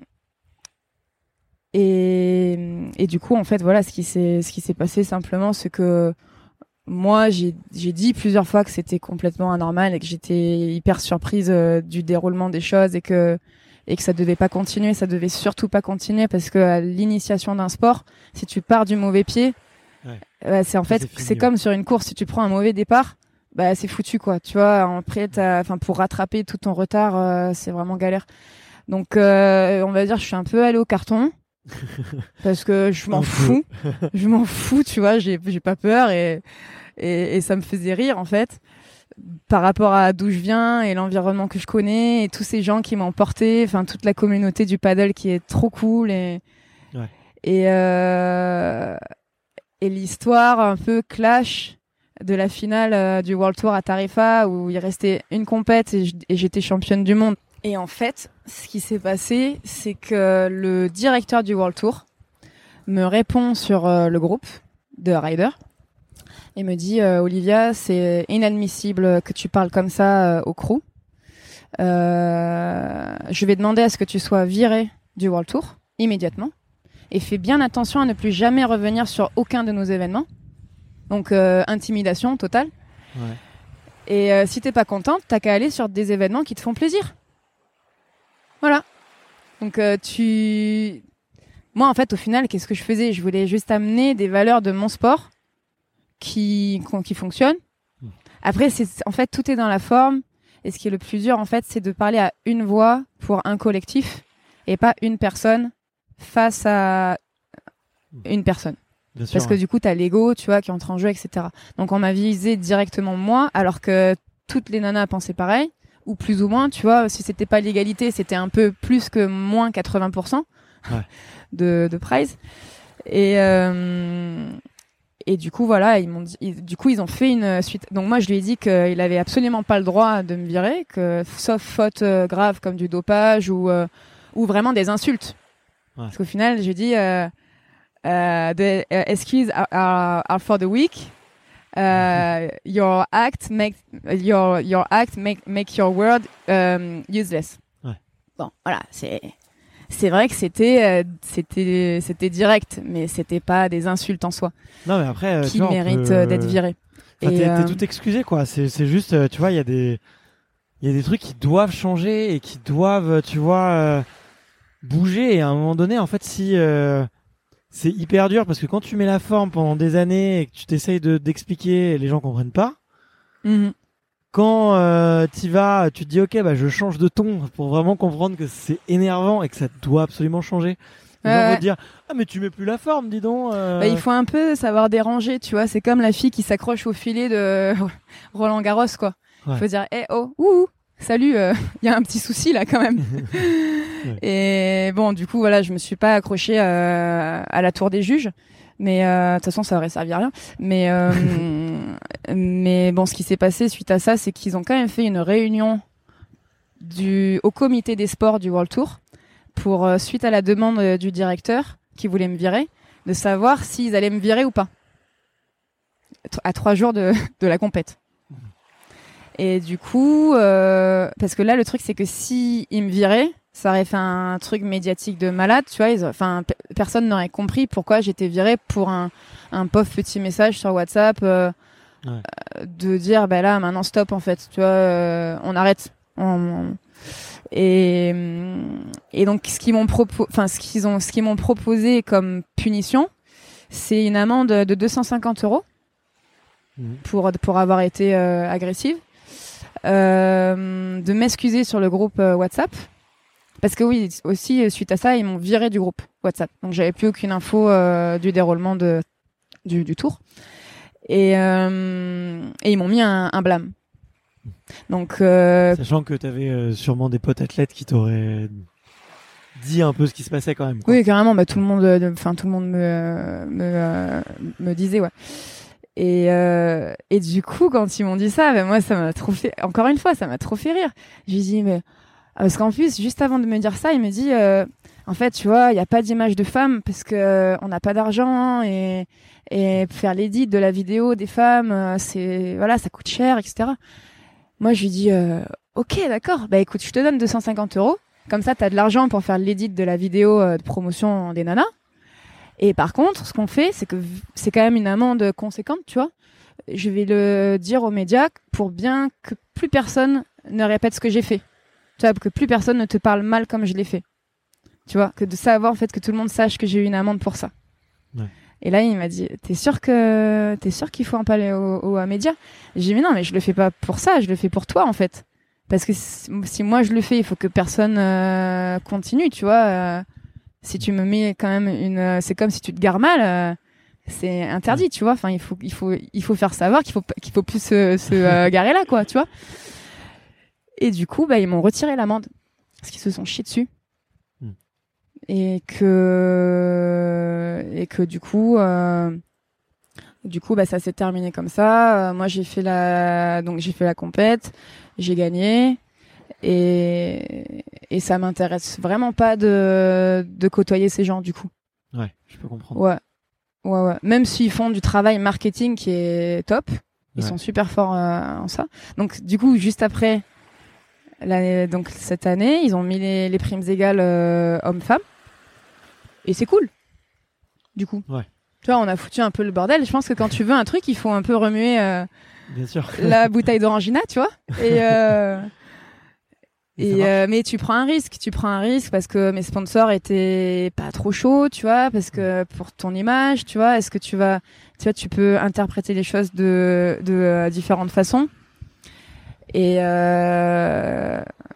et, et du coup, en fait, voilà, ce qui s'est, ce qui s'est passé simplement, c'est que moi, j'ai, j'ai dit plusieurs fois que c'était complètement anormal et que j'étais hyper surprise euh, du déroulement des choses et que, et que ça devait pas continuer, ça devait surtout pas continuer parce que à l'initiation d'un sport, si tu pars du mauvais pied, ouais. bah, c'est en fait, c'est, fini, c'est ouais. comme sur une course, si tu prends un mauvais départ, bah c'est foutu quoi, tu vois. Après, enfin pour rattraper tout ton retard, euh, c'est vraiment galère. Donc, euh, on va dire, je suis un peu allée au carton parce que je m'en fous, je m'en fous, tu vois. J'ai, j'ai pas peur et, et et ça me faisait rire en fait par rapport à d'où je viens et l'environnement que je connais et tous ces gens qui m'ont porté, enfin toute la communauté du paddle qui est trop cool et ouais. et euh, et l'histoire un peu clash de la finale euh, du World Tour à Tarifa où il restait une compète et, et j'étais championne du monde. Et en fait, ce qui s'est passé, c'est que le directeur du World Tour me répond sur euh, le groupe de Ryder et me dit euh, Olivia, c'est inadmissible que tu parles comme ça euh, au crew. Euh, je vais demander à ce que tu sois virée du World Tour immédiatement et fais bien attention à ne plus jamais revenir sur aucun de nos événements. Donc, euh, intimidation totale. Ouais. Et euh, si t'es pas contente, t'as qu'à aller sur des événements qui te font plaisir. Voilà. Donc, euh, tu... Moi, en fait, au final, qu'est-ce que je faisais ? Je voulais juste amener des valeurs de mon sport qui, qui fonctionnent. Après, c'est, en fait, tout est dans la forme. Et ce qui est le plus dur, en fait, c'est de parler à une voix pour un collectif et pas une personne face à une personne. Bien sûr, Parce que ouais. du coup, t'as l'ego, tu vois, qui entre en jeu, et cetera. Donc, on m'a visé directement moi, alors que toutes les nanas pensaient pareil, ou plus ou moins, tu vois. Si c'était pas l'égalité, c'était un peu plus que moins quatre-vingts pour cent ouais. de, de prize. Et, euh, et du coup, voilà, ils m'ont dit, ils, du coup, ils ont fait une suite. Donc, moi, je lui ai dit qu'il avait absolument pas le droit de me virer, que, sauf faute euh, grave comme du dopage ou, euh, ou vraiment des insultes. Ouais. Parce qu'au final, j'ai dit, euh, Uh, the uh, excuses are, are, are for the weak. Uh, your act make your your act make make your word um, useless. Ouais. Bon, voilà, c'est c'est vrai que c'était euh, c'était c'était direct, mais c'était pas des insultes en soi. Non, mais après, euh, qui tu vois, méritent peut... d'être virés. Enfin, Et t'es, euh... t'es tout excusé, quoi. C'est c'est juste, tu vois, il y a des il y a des trucs qui doivent changer et qui doivent, tu vois, euh, bouger. Et à un moment donné, en fait, si euh, c'est hyper dur parce que quand tu mets la forme pendant des années et que tu t'essayes de, d'expliquer, les gens comprennent pas. Mm-hmm. Quand euh, t'y vas, tu te dis ok, bah je change de ton pour vraiment comprendre que c'est énervant et que ça doit absolument changer. Les ouais, gens vont ouais. te dire ah mais tu mets plus la forme, dis donc. Euh... Bah, il faut un peu savoir déranger, tu vois. C'est comme la fille qui s'accroche au filet de Roland Garros, quoi. Il ouais. faut dire eh oh ouh salut, il euh, y a un petit souci là quand même. Ouais. Et bon, du coup, voilà, je me suis pas accrochée euh, à la tour des juges, mais euh, de toute façon, ça aurait servi à rien. Mais euh, mais bon, ce qui s'est passé suite à ça, c'est qu'ils ont quand même fait une réunion du au comité des sports du World Tour pour euh, suite à la demande euh, du directeur qui voulait me virer, de savoir s'ils allaient me virer ou pas. À trois jours de, de la compète. Et du coup, euh, parce que là, le truc, c'est que si ils me viraient, ça aurait fait un truc médiatique de malade, tu vois. Ils, enfin, p- personne n'aurait compris pourquoi j'étais virée pour un, un pauvre petit message sur WhatsApp euh, Ouais. euh, de dire, bah là, maintenant stop, en fait, tu vois, euh, on arrête. On, on- Et, et donc, ce qu'ils m'ont propo- enfin, ce qu'ils ont, ce qu'ils m'ont proposé comme punition, c'est une amende de deux cent cinquante euros Mhm. pour pour avoir été euh, agressive, euh, de m'excuser sur le groupe euh, WhatsApp, parce que oui, aussi suite à ça, ils m'ont viré du groupe WhatsApp, donc j'avais plus aucune info euh, du déroulement de du, du tour, et euh, et ils m'ont mis un, un blâme. Donc euh, Sachant que t'avais euh, sûrement des potes athlètes qui t'auraient dit un peu ce qui se passait quand même, quoi. oui, carrément, bah tout le monde, enfin tout le monde me me euh, me disait ouais. Et, euh, et du coup, quand ils m'ont dit ça, ben moi, ça m'a trop fait, encore une fois, ça m'a trop fait rire. J'ai dit, mais, ah, parce qu'en plus, juste avant de me dire ça, il me dit, euh, en fait, tu vois, il n'y a pas d'image de femme parce que euh, on n'a pas d'argent et, et faire l'édit de la vidéo des femmes, euh, c'est, voilà, ça coûte cher, et cetera. Moi, je lui dis, euh, ok, d'accord, bah écoute, je te donne deux cent cinquante euros. Comme ça, t'as de l'argent pour faire l'édit de la vidéo euh, de promotion des nanas. Et par contre, ce qu'on fait, c'est que c'est quand même une amende conséquente, tu vois. Je vais le dire aux médias pour bien que plus personne ne répète ce que j'ai fait. Tu vois, que plus personne ne te parle mal comme je l'ai fait. Tu vois, que de savoir en fait que tout le monde sache que j'ai eu une amende pour ça. Ouais. Et là, il m'a dit, t'es sûr que t'es sûr qu'il faut en parler aux, aux médias? J'ai dit, mais non, mais je le fais pas pour ça, je le fais pour toi en fait. Parce que si, si moi je le fais, il faut que personne euh, continue, tu vois. Euh, si tu me mets quand même une, euh, c'est comme si tu te gares mal, euh, c'est interdit, tu vois. Enfin, il faut, il faut, il faut faire savoir qu'il faut, qu'il faut plus se, se euh, garer là, quoi, tu vois. Et du coup, bah, ils m'ont retiré l'amende parce qu'ils se sont chiés dessus. Mm. Et que, et que du coup, euh, du coup, bah, ça s'est terminé comme ça. Euh, moi, j'ai fait la, donc j'ai fait la compète, j'ai gagné. Et, et ça m'intéresse vraiment pas de, de côtoyer ces gens, du coup. Ouais, je peux comprendre. Ouais. Ouais, ouais. Même s'ils font du travail marketing qui est top, ils Ouais. sont super forts euh, en ça. Donc, du coup, juste après, l'année, donc cette année, ils ont mis les, les primes égales euh, hommes-femmes. Et c'est cool. Du coup. Ouais. Tu vois, on a foutu un peu le bordel. Je pense que quand tu veux un truc, il faut un peu remuer euh, Bien sûr. la bouteille d'orangina, tu vois. Et, euh, Et ça et marche. euh, mais tu prends un risque, tu prends un risque parce que mes sponsors étaient pas trop chauds, tu vois, parce que pour ton image, tu vois, est-ce que tu vas, tu vois, tu peux interpréter les choses de de euh, différentes façons. Et euh,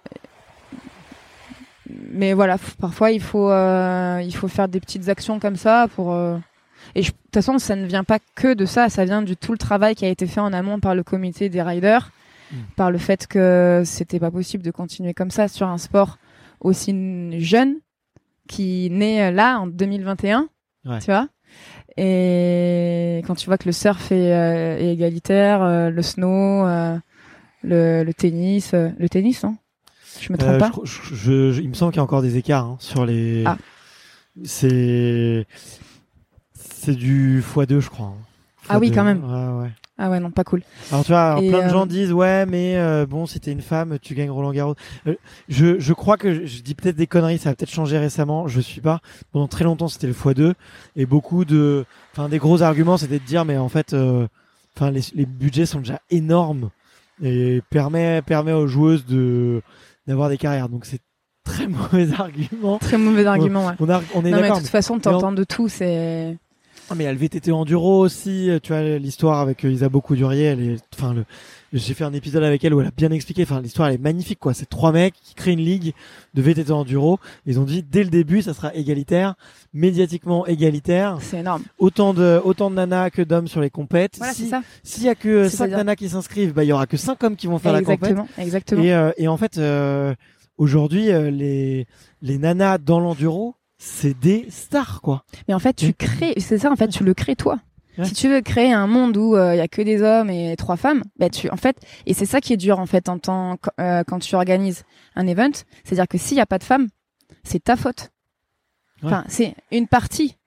mais voilà, f- parfois il faut euh, il faut faire des petites actions comme ça pour euh, et je- de toute façon ça ne vient pas que de ça, ça vient du tout le travail qui a été fait en amont par le comité des riders. Mm. Par le fait que c'était pas possible de continuer comme ça sur un sport aussi n- jeune qui naît là en deux mille vingt et un, Ouais. tu vois. Et quand tu vois que le surf est, euh, est égalitaire, euh, le snow, euh, le, le tennis, euh, le tennis, hein, je me trompe Euh, pas. je, je- je- je- il me semble qu'il y a encore des écarts hein, sur les. Ah. C'est c'est du fois deux, je crois. hein. Ah oui, fois deux. quand même. Ouais, ouais. Ah ouais, non, pas cool. Alors tu vois, alors, Et, plein de euh, gens disent ouais, mais euh, bon, si t'es une femme, tu gagnes Roland Garros. Euh, je, je crois que je, je dis peut-être des conneries, ça a peut-être changé récemment. Je suis pas. Pendant très longtemps, c'était le fois deux et beaucoup de, enfin, des gros arguments, c'était de dire mais en fait, euh, enfin, les, les budgets sont déjà énormes et permet permet aux joueuses de d'avoir des carrières. Donc c'est très mauvais argument. Très mauvais argument, ouais. On a, on est Non, mais de d'accord. toute façon, t'entends de tout, c'est... Ah, mais il y a le V T T enduro aussi, tu vois l'histoire avec euh, Isa Bocoudurier, elle est, enfin le, j'ai fait un épisode avec elle où elle a bien expliqué, enfin l'histoire elle est magnifique quoi, c'est trois mecs qui créent une ligue de V T T enduro, ils ont dit dès le début ça sera égalitaire, médiatiquement égalitaire, C'est énorme. autant de autant de nanas que d'hommes sur les compètes. Voilà, si, c'est ça. S'il y a que cinq C'est-à-dire- nanas qui s'inscrivent, bah il y aura que cinq hommes qui vont faire la compète. Exactement, exactement. Et, euh, et en fait euh, aujourd'hui euh, les les nanas dans l'enduro c'est des stars quoi. Mais en fait, tu Mm. crées, c'est ça, en fait, tu le crées toi. Ouais. Si tu veux créer un monde où il euh, y a que des hommes et trois femmes, bah tu, en fait, et c'est ça qui est dur en fait en tant euh, quand tu organises un event, c'est-à-dire que s'il y a pas de femmes, c'est ta faute. Ouais. Enfin, c'est une partie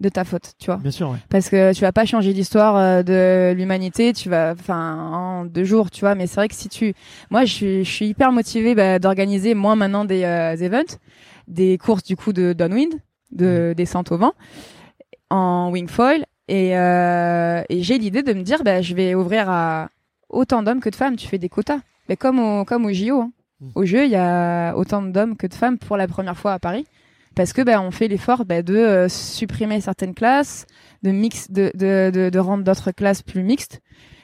de ta faute, tu vois. Bien sûr, ouais. Parce que tu vas pas changer l'histoire euh, de l'humanité, tu vas, enfin, en deux jours, tu vois. Mais c'est vrai que si tu, moi, je suis, je suis hyper motivée bah, d'organiser moi maintenant des euh, events, des courses du coup de downwind, de mmh. descente au vent, en wingfoil, et, euh, et j'ai l'idée de me dire, bah, je vais ouvrir à autant d'hommes que de femmes. Tu fais des quotas, mais comme au, comme au J O. Hein. Mmh. Au jeu, il y a autant d'hommes que de femmes pour la première fois à Paris. Parce que bah, on fait l'effort bah, de euh, supprimer certaines classes, de mix, de de de, de rendre d'autres classes plus mixtes,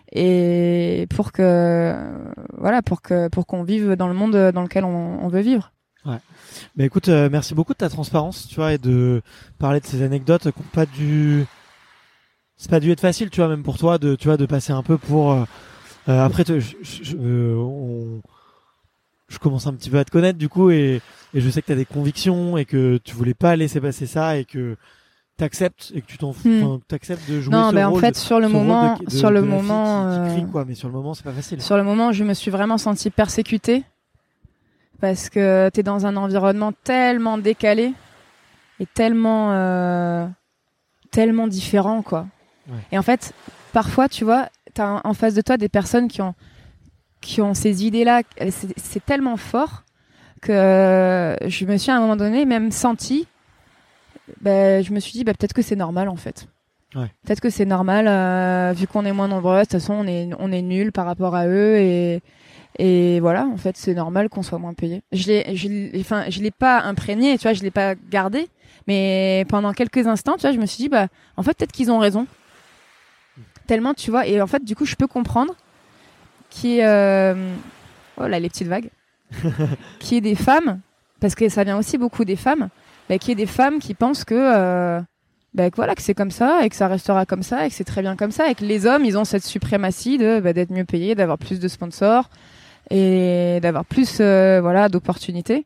et pour que euh, voilà, pour que pour qu'on vive dans le monde dans lequel on, on veut vivre. Ouais. Bah écoute, euh, merci beaucoup de ta transparence, tu vois, et de parler de ces anecdotes qui n'ont pas dû, c'est pas dû être facile, tu vois, même pour toi, de tu vois, de passer un peu pour. Euh, euh, après, te, je, je, euh, on, je commence un petit peu à te connaître du coup, et Et je sais que tu as des convictions et que tu voulais pas laisser passer ça et que t'acceptes et que tu t'en fous, hmm. t'acceptes de jouer non, ce mais rôle. en fait, de, sur le moment, de, de, sur le de moment, qui, qui crie, euh... quoi, mais sur le moment, c'est pas facile. Sur le moment, je me suis vraiment sentie persécutée parce que t'es dans un environnement tellement décalé et tellement, euh... tellement différent, quoi. Ouais. Et en fait, parfois, tu vois, t'as en face de toi des personnes qui ont, qui ont ces idées-là. C'est, c'est tellement fort que je me suis à un moment donné même senti, bah, je me suis dit bah, peut-être que c'est normal en fait. Ouais. Peut-être que c'est normal euh, vu qu'on est moins nombreux, de toute façon on est on est nuls par rapport à eux et et voilà, en fait c'est normal qu'on soit moins payé. Je l'ai je l'ai enfin je l'ai pas imprégné, tu vois, je l'ai pas gardé, mais pendant quelques instants, tu vois, je me suis dit bah en fait peut-être qu'ils ont raison. Tellement tu vois, et en fait du coup je peux comprendre qui euh... oh là les petites vagues. Qui est des femmes, parce que ça vient aussi beaucoup des femmes, bah, qui est des femmes qui pensent que, euh, bah, que voilà, que c'est comme ça et que ça restera comme ça et que c'est très bien comme ça et que les hommes ils ont cette suprématie de bah, d'être mieux payés, d'avoir plus de sponsors et d'avoir plus euh, voilà d'opportunités.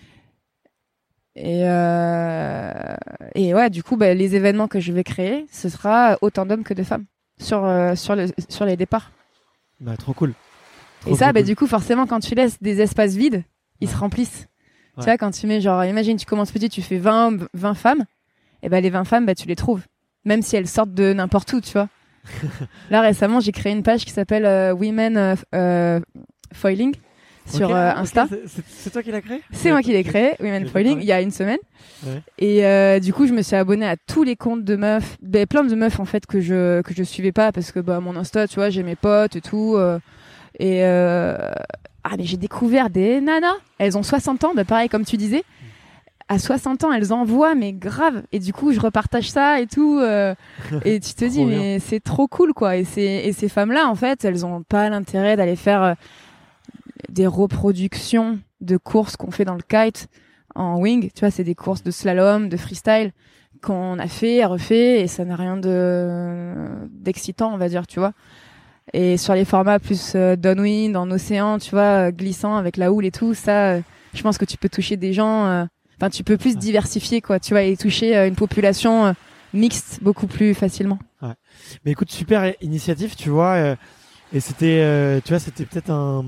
Et euh, et ouais, du coup, bah, les événements que je vais créer, ce sera autant d'hommes que de femmes sur euh, sur le sur les départs. Bah trop cool. Et ça, bah, du coup, forcément, quand tu laisses des espaces vides, ils ouais. se remplissent. Ouais. Tu vois, quand tu mets, genre, imagine, tu commences petit, tu fais vingt, vingt femmes, et ben, bah, les vingt femmes, bah, tu les trouves. Même si elles sortent de n'importe où, tu vois. Là, récemment, j'ai créé une page qui s'appelle euh, Women euh, euh, Foiling sur okay, euh, Insta. Okay. C'est, c'est toi qui l'as créé ? C'est ouais, moi qui l'ai créé, Women Foiling, il y a une semaine. Ouais. Et euh, du coup, je me suis abonnée à tous les comptes de meufs, bah, plein de meufs, en fait, que je, que je suivais pas parce que, bah, mon Insta, tu vois, j'ai mes potes et tout. Euh, Et euh... ah mais j'ai découvert des nanas. Elles ont soixante ans, bah pareil comme tu disais. À soixante ans, elles envoient mais grave. Et du coup, je repartage ça et tout. Euh... Et tu te dis mais c'est trop cool quoi. Et c'est et ces femmes-là en fait, elles ont pas l'intérêt d'aller faire euh, des reproductions de courses qu'on fait dans le kite en wing. Tu vois, c'est des courses de slalom, de freestyle qu'on a fait, refait et ça n'a rien de d'excitant, on va dire, tu vois. Et sur les formats plus euh, downwind, en océan, tu vois, euh, glissant avec la houle et tout, ça, euh, je pense que tu peux toucher des gens, enfin, euh, tu peux plus diversifier, quoi, tu vois, et toucher euh, une population euh, mixte beaucoup plus facilement. Ouais. Mais écoute, super initiative, tu vois, euh, et c'était, euh, tu vois, c'était peut-être un...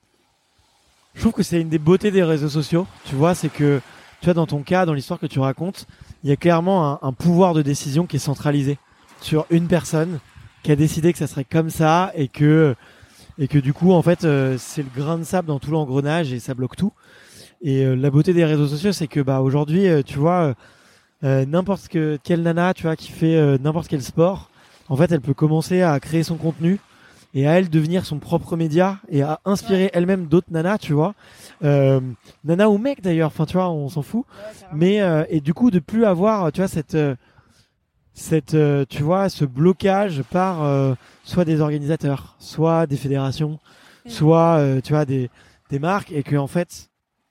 Je trouve que c'est une des beautés des réseaux sociaux, tu vois, c'est que, tu vois, dans ton cas, dans l'histoire que tu racontes, il y a clairement un, un pouvoir de décision qui est centralisé sur une personne qui a décidé que ça serait comme ça et que et que du coup en fait euh, c'est le grain de sable dans tout l'engrenage et ça bloque tout. Et euh, la beauté des réseaux sociaux, c'est que bah aujourd'hui euh, tu vois euh, n'importe que, quelle nana tu vois qui fait euh, n'importe quel sport, en fait elle peut commencer à créer son contenu et à elle devenir son propre média et à inspirer ouais. elle-même d'autres nanas, tu vois, euh, nana ou mec d'ailleurs, enfin tu vois, on s'en fout, ouais, mais euh, et du coup de plus avoir tu vois cette euh, cette euh, tu vois ce blocage par euh, soit des organisateurs, soit des fédérations, mmh. soit euh, tu vois des des marques, et que en fait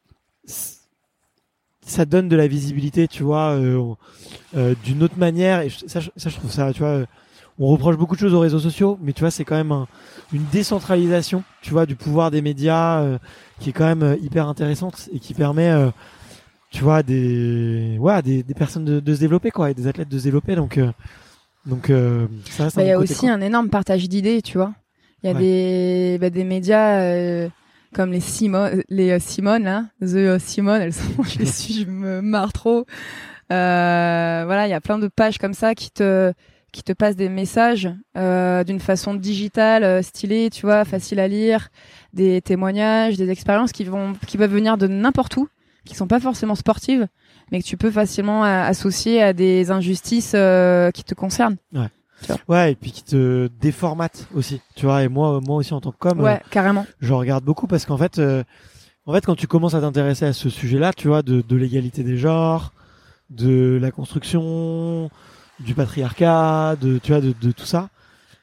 ça donne de la visibilité, tu vois, euh, euh, d'une autre manière. Et ça, ça je trouve ça, tu vois, euh, on reproche beaucoup de choses aux réseaux sociaux, mais tu vois c'est quand même un, une décentralisation, tu vois, du pouvoir des médias euh, qui est quand même euh, hyper intéressante et qui permet euh, tu vois des ouais des, des personnes de, de se développer, quoi, et des athlètes de se développer, donc euh, donc euh, ça reste. Bah, il y a côté, aussi quoi. Un énorme partage d'idées, tu vois. Il y a ouais. des bah, des médias euh, comme les Simone les euh, Simone là, The Simone, elles sont je les suis, je me marre trop. Euh, voilà, il y a plein de pages comme ça qui te qui te passent des messages euh, d'une façon digitale, euh, stylée, tu vois, facile à lire, des témoignages, des expériences qui vont qui peuvent venir de n'importe où, qui sont pas forcément sportives, mais que tu peux facilement a- associer à des injustices euh, qui te concernent. Ouais. Ouais, et puis qui te déformate aussi, tu vois. Et moi, moi aussi en tant que com, Ouais, euh, carrément. je regarde beaucoup parce qu'en fait, euh, en fait, quand tu commences à t'intéresser à ce sujet-là, tu vois, de, de l'égalité des genres, de la construction, du patriarcat, de, tu vois, de, de tout ça,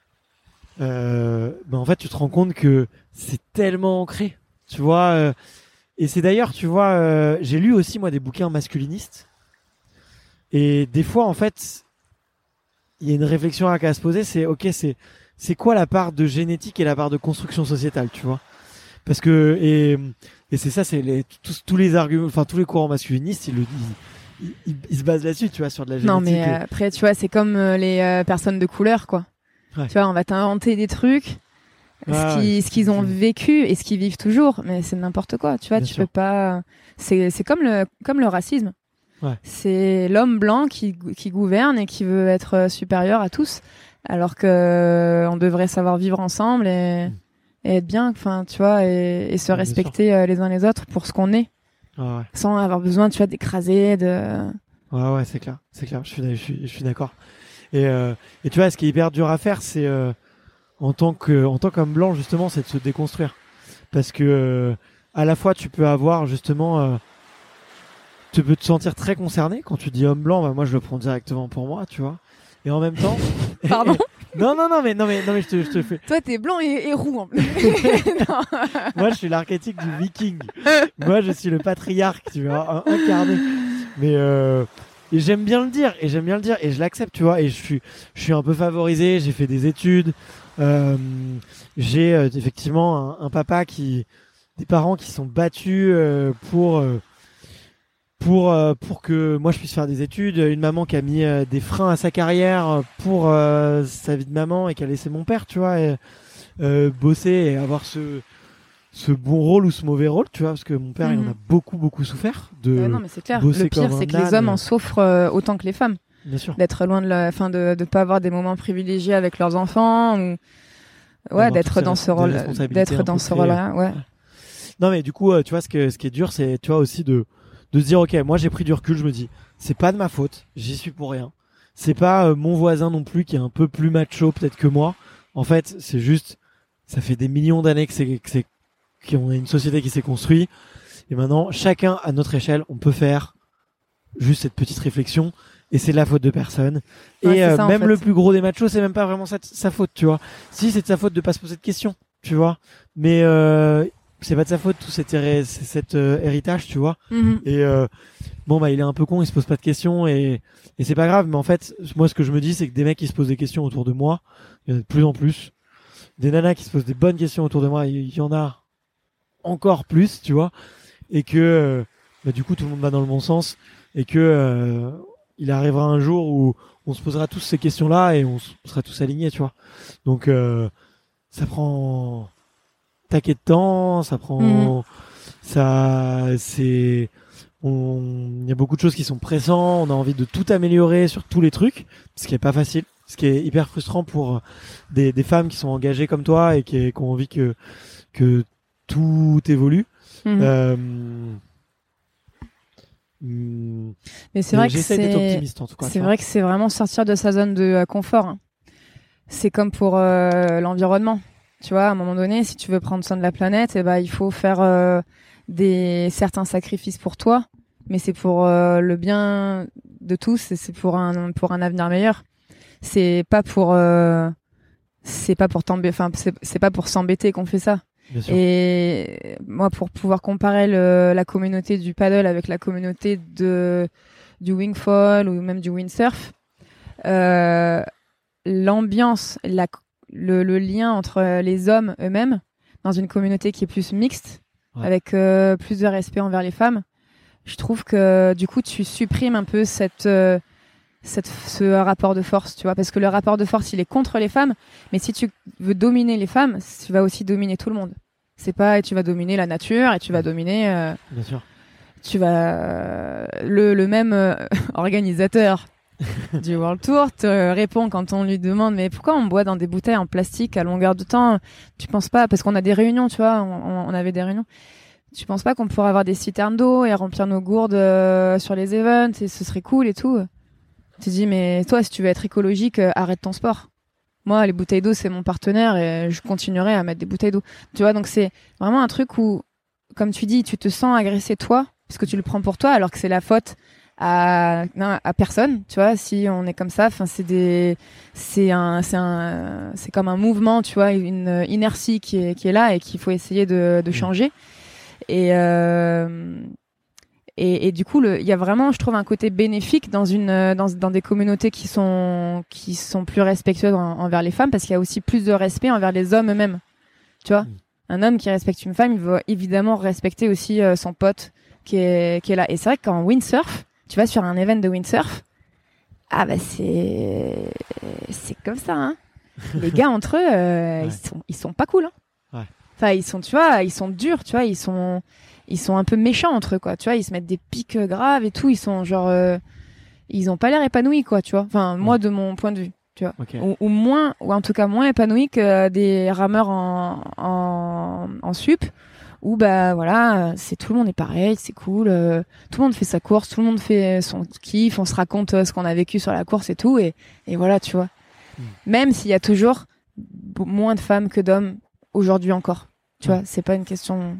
euh, ben en fait, tu te rends compte que c'est tellement ancré, tu vois. Euh, et c'est d'ailleurs, tu vois, euh, j'ai lu aussi moi des bouquins masculinistes, et des fois, en fait, il y a une réflexion à se poser, c'est ok, c'est c'est quoi la part de génétique et la part de construction sociétale, tu vois? Parce que et et c'est ça, c'est les tous, tous les arguments, enfin tous les courants masculinistes, ils le ils, ils, ils se basent là-dessus, tu vois, sur de la génétique. Non, mais et... euh, après, tu vois, c'est comme euh, les euh, personnes de couleur, quoi. Ouais. Tu vois, on va t'inventer des trucs, Ah, ce qui, ouais, ce qu'ils ont c'est... vécu et ce qu'ils vivent toujours, mais c'est n'importe quoi. Tu vois, Bien tu sûr. peux pas. C'est, c'est comme le, comme le racisme. Ouais. C'est l'homme blanc qui, qui gouverne et qui veut être supérieur à tous, alors que on devrait savoir vivre ensemble et, Mm. et être bien, enfin, tu vois, et, et se Ouais, bien respecter euh, les uns les autres pour ce qu'on est, Ah, ouais. sans avoir besoin, tu vois, d'écraser, de. Ouais, ouais, c'est clair, c'est clair. Je suis, je suis, je suis d'accord. Et euh, et tu vois, ce qui est hyper dur à faire, c'est euh, en tant que, en tant qu'homme blanc, justement, c'est de se déconstruire, parce que euh, à la fois, tu peux avoir justement euh, tu peux te sentir très concerné quand tu dis homme blanc. Bah moi, je le prends directement pour moi, tu vois. Et en même temps, Pardon. non, non, non, mais non, mais non, mais je te, je te fais. Toi, t'es blanc et, et roux en plus. Non. Moi, je suis l'archétype du viking. Moi, je suis le patriarche, tu vois, un- incarné. Mais euh, et j'aime bien le dire, et j'aime bien le dire, et je l'accepte, tu vois. Et je suis, je suis un peu favorisé. J'ai fait des études. Euh, j'ai euh, effectivement un, un papa qui, des parents qui sont battus euh, pour. Euh, pour euh, pour que moi je puisse faire des études, une maman qui a mis euh, des freins à sa carrière pour euh, sa vie de maman et qui a laissé mon père, tu vois, et, euh, bosser et avoir ce ce bon rôle ou ce mauvais rôle, tu vois, parce que mon père, Mhm. il en a beaucoup beaucoup souffert de Ouais, non, mais c'est clair. bosser Le pire, comme c'est un que les âne. hommes en souffrent euh, autant que les femmes. Bien sûr. D'être loin de la, fin de, de pas avoir des moments privilégiés avec leurs enfants ou, ouais, D'avoir d'être toutes dans ces ce res- des rôle, responsabilités d'être un dans peu ce très, rôle-là, ouais. Non, mais du coup, euh, tu vois, ce que ce qui est dur, c'est, tu vois, aussi de de se dire, ok, moi j'ai pris du recul, je me dis, c'est pas de ma faute, j'y suis pour rien. C'est pas euh, mon voisin non plus qui est un peu plus macho peut-être que moi. En fait, c'est juste, ça fait des millions d'années que c'est que c'est qu'on a une société qui s'est construite. Et maintenant, chacun à notre échelle, on peut faire juste cette petite réflexion. Et c'est de la faute de personne. Ouais, et c'est euh, ça, en même fait. le plus gros des machos, c'est même pas vraiment sa, sa faute, tu vois. Si, c'est de sa faute de pas se poser de questions, tu vois. Mais euh, c'est pas de sa faute tout cet, héré- cet euh, héritage, tu vois. Mhm. Et euh, bon, bah, il est un peu con, il se pose pas de questions et, et c'est pas grave. Mais en fait, moi, ce que je me dis, c'est que des mecs qui se posent des questions autour de moi, il y en a de plus en plus. Des nanas qui se posent des bonnes questions autour de moi, il y en a encore plus, tu vois. Et que, euh, bah, du coup, tout le monde va dans le bon sens. Et que, euh, il arrivera un jour où on se posera tous ces questions-là et on, s- on sera tous alignés, tu vois. Donc, euh, ça prend taquet de temps, ça prend, Mhm. ça, c'est, on, il y a beaucoup de choses qui sont pressantes, on a envie de tout améliorer sur tous les trucs, ce qui est pas facile, ce qui est hyper frustrant pour des, des femmes qui sont engagées comme toi et qui, qui ont envie que, que tout évolue. Mhm. Euh, hum, Mais c'est mais vrai que j'essaie d'être c'est, optimiste en tout cas. tu c'est vois. vrai que c'est vraiment sortir de sa zone de euh, confort, hein. C'est comme pour euh, l'environnement. Tu vois, à un moment donné, si tu veux prendre soin de la planète, eh ben, il faut faire euh, des certains sacrifices pour toi, mais c'est pour euh, le bien de tous et c'est pour un pour un avenir meilleur. C'est pas pour euh, c'est pas pour t'embêter, enfin c'est c'est pas pour s'embêter qu'on fait ça. Bien sûr. Et moi, pour pouvoir comparer le, la communauté du paddle avec la communauté de du wingfoil ou même du windsurf, euh, l'ambiance, la, le, le lien entre les hommes eux-mêmes dans une communauté qui est plus mixte, Ouais. avec euh, plus de respect envers les femmes, je trouve que du coup tu supprimes un peu cette, euh, cette, ce rapport de force, tu vois, parce que le rapport de force il est contre les femmes, mais si tu veux dominer les femmes, tu vas aussi dominer tout le monde. C'est pas et tu vas dominer la nature et tu vas dominer. Euh, Bien sûr. tu vas le, le même euh, organisateur du World Tour te répond quand on lui demande mais pourquoi on boit dans des bouteilles en plastique à longueur de temps? Tu penses pas, parce qu'on a des réunions, tu vois, on, on avait des réunions. Tu penses pas qu'on pourrait avoir des citernes d'eau et remplir nos gourdes euh, sur les events et ce serait cool et tout? Tu te dis mais toi, si tu veux être écologique, euh, arrête ton sport. Moi, les bouteilles d'eau, c'est mon partenaire et je continuerai à mettre des bouteilles d'eau. Tu vois, donc c'est vraiment un truc où, comme tu dis, tu te sens agressé toi, parce que tu le prends pour toi, alors que c'est la faute à, non, à personne. Tu vois, si on est comme ça, enfin, c'est des, c'est un, c'est un, c'est comme un mouvement, tu vois, une inertie qui est, qui est là et qu'il faut essayer de, de changer. Et, euh, Et, et du coup, il y a vraiment, je trouve, un côté bénéfique dans une, dans, dans des communautés qui sont, qui sont plus respectueuses en, envers les femmes, parce qu'il y a aussi plus de respect envers les hommes eux-mêmes. Tu vois, mmh. Un homme qui respecte une femme, il va évidemment respecter aussi euh, son pote qui est, qui est là. Et c'est vrai que quand windsurf, tu vas sur un event de windsurf, ah bah c'est, c'est comme ça, hein. Les gars entre eux, euh, ouais. ils sont, ils sont pas cool, hein. Ouais. Enfin, ils sont, tu vois, ils sont durs, tu vois, ils sont. Ils sont un peu méchants entre eux, quoi. Tu vois, ils se mettent des pics graves et tout. Ils sont genre, euh, ils ont pas l'air épanouis, quoi. Tu vois. Enfin, moi, de mon point de vue, tu vois. Okay. Ou, ou moins, ou en tout cas moins épanouis que des rameurs en en, en sup. Où bah voilà, c'est tout le monde est pareil, c'est cool. Euh, tout le monde fait sa course, tout le monde fait son kiff. On se raconte euh, ce qu'on a vécu sur la course et tout. Et et voilà, tu vois. Mm. Même s'il y a toujours moins de femmes que d'hommes aujourd'hui encore. Tu mm. vois, c'est pas une question.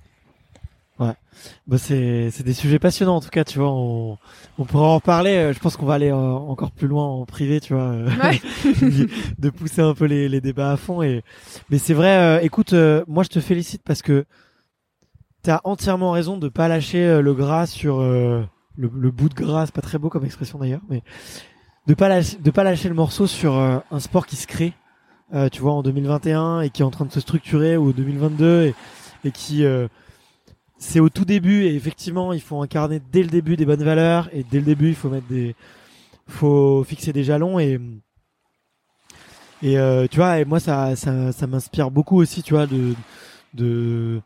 Ouais, bah c'est c'est des sujets passionnants en tout cas, tu vois, on on pourra en reparler. Je pense qu'on va aller euh, encore plus loin en privé, tu vois, ouais. de pousser un peu les les débats à fond. Et mais c'est vrai, euh, écoute, euh, moi je te félicite parce que t'as entièrement raison de pas lâcher euh, le gras sur euh, le, le bout de gras, c'est pas très beau comme expression d'ailleurs, mais de pas lâcher de pas lâcher le morceau sur euh, un sport qui se crée, euh, tu vois, en deux mille vingt et un et qui est en train de se structurer, ou deux mille vingt-deux et et qui euh, c'est au tout début, et effectivement il faut incarner dès le début des bonnes valeurs, et dès le début il faut mettre des, faut fixer des jalons, et et euh, tu vois, et moi ça ça ça m'inspire beaucoup aussi, tu vois, de de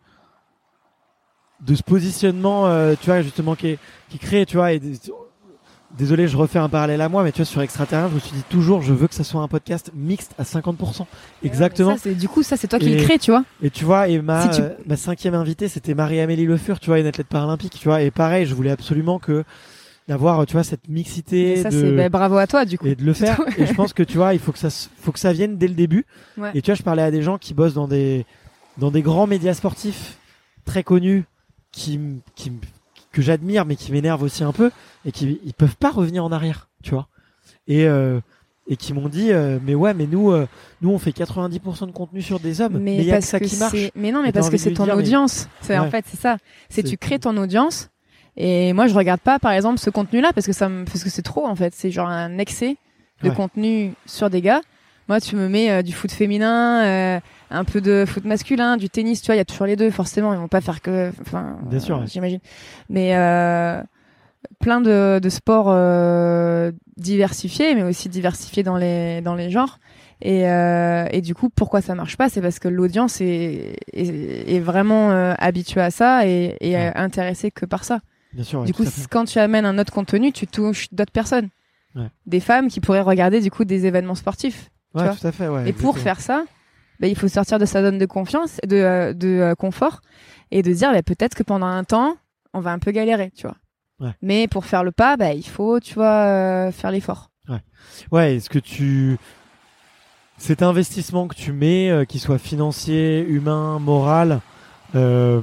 de ce positionnement, euh, tu vois, justement qui est, qui crée, tu vois, et désolé, je refais un parallèle à moi, mais tu vois, sur Extraterrien, je me suis dit toujours, je veux que ça soit un podcast mixte à cinquante pour cent. Exactement. Ouais, ça, c'est, du coup, ça, c'est toi qui et, le crée, tu vois. Et tu vois, et ma, si tu... euh, ma cinquième invitée, c'était Marie-Amélie Le Fur, tu vois, une athlète paralympique, tu vois. Et pareil, je voulais absolument que, d'avoir, tu vois, cette mixité. Et ça, de... c'est, bah, bravo à toi, du coup. Et de le faire. Et je pense que, tu vois, il faut que ça, faut que ça vienne dès le début. Ouais. Et tu vois, je parlais à des gens qui bossent dans des, dans des grands médias sportifs très connus, qui, qui, que j'admire, mais qui m'énervent aussi un peu, et qui ils peuvent pas revenir en arrière, tu vois, et euh, et qui m'ont dit euh, mais ouais, mais nous euh, nous on fait quatre-vingt-dix pour cent de contenu sur des hommes, mais il y a que ça qui marche. Mais non, mais parce que c'est ton dire, audience. Mais... C'est ouais. En fait c'est ça. C'est, c'est tu crées ton audience. Et moi je regarde pas par exemple ce contenu-là parce que ça me parce que c'est trop en fait. C'est genre un excès de ouais. contenu sur des gars. Moi tu me mets euh, du foot féminin. Euh, un peu de foot masculin, du tennis, tu vois, il y a toujours les deux, forcément, ils vont pas faire que, enfin, bien sûr, euh, ouais. j'imagine. Mais euh, plein de, de sports euh, diversifiés, mais aussi diversifiés dans les dans les genres. Et, euh, et du coup, pourquoi ça marche pas, c'est parce que l'audience est est, est vraiment euh, habituée à ça et, et ouais. intéressée que par ça. Bien sûr. Ouais, du coup, quand tu amènes un autre contenu, tu touches d'autres personnes, ouais. des femmes qui pourraient regarder du coup des événements sportifs. Ouais, tu vois tout à fait. Ouais, et exactement. pour faire ça. Bah, il faut sortir de sa zone de confiance, de, euh, de euh, confort, et de dire bah, peut-être que pendant un temps, on va un peu galérer, tu vois. Ouais. Mais pour faire le pas, bah, il faut, tu vois, euh, faire l'effort. Ouais. Ouais. Est-ce que tu, cet investissement que tu mets, euh, qu'il soit financier, humain, moral, euh,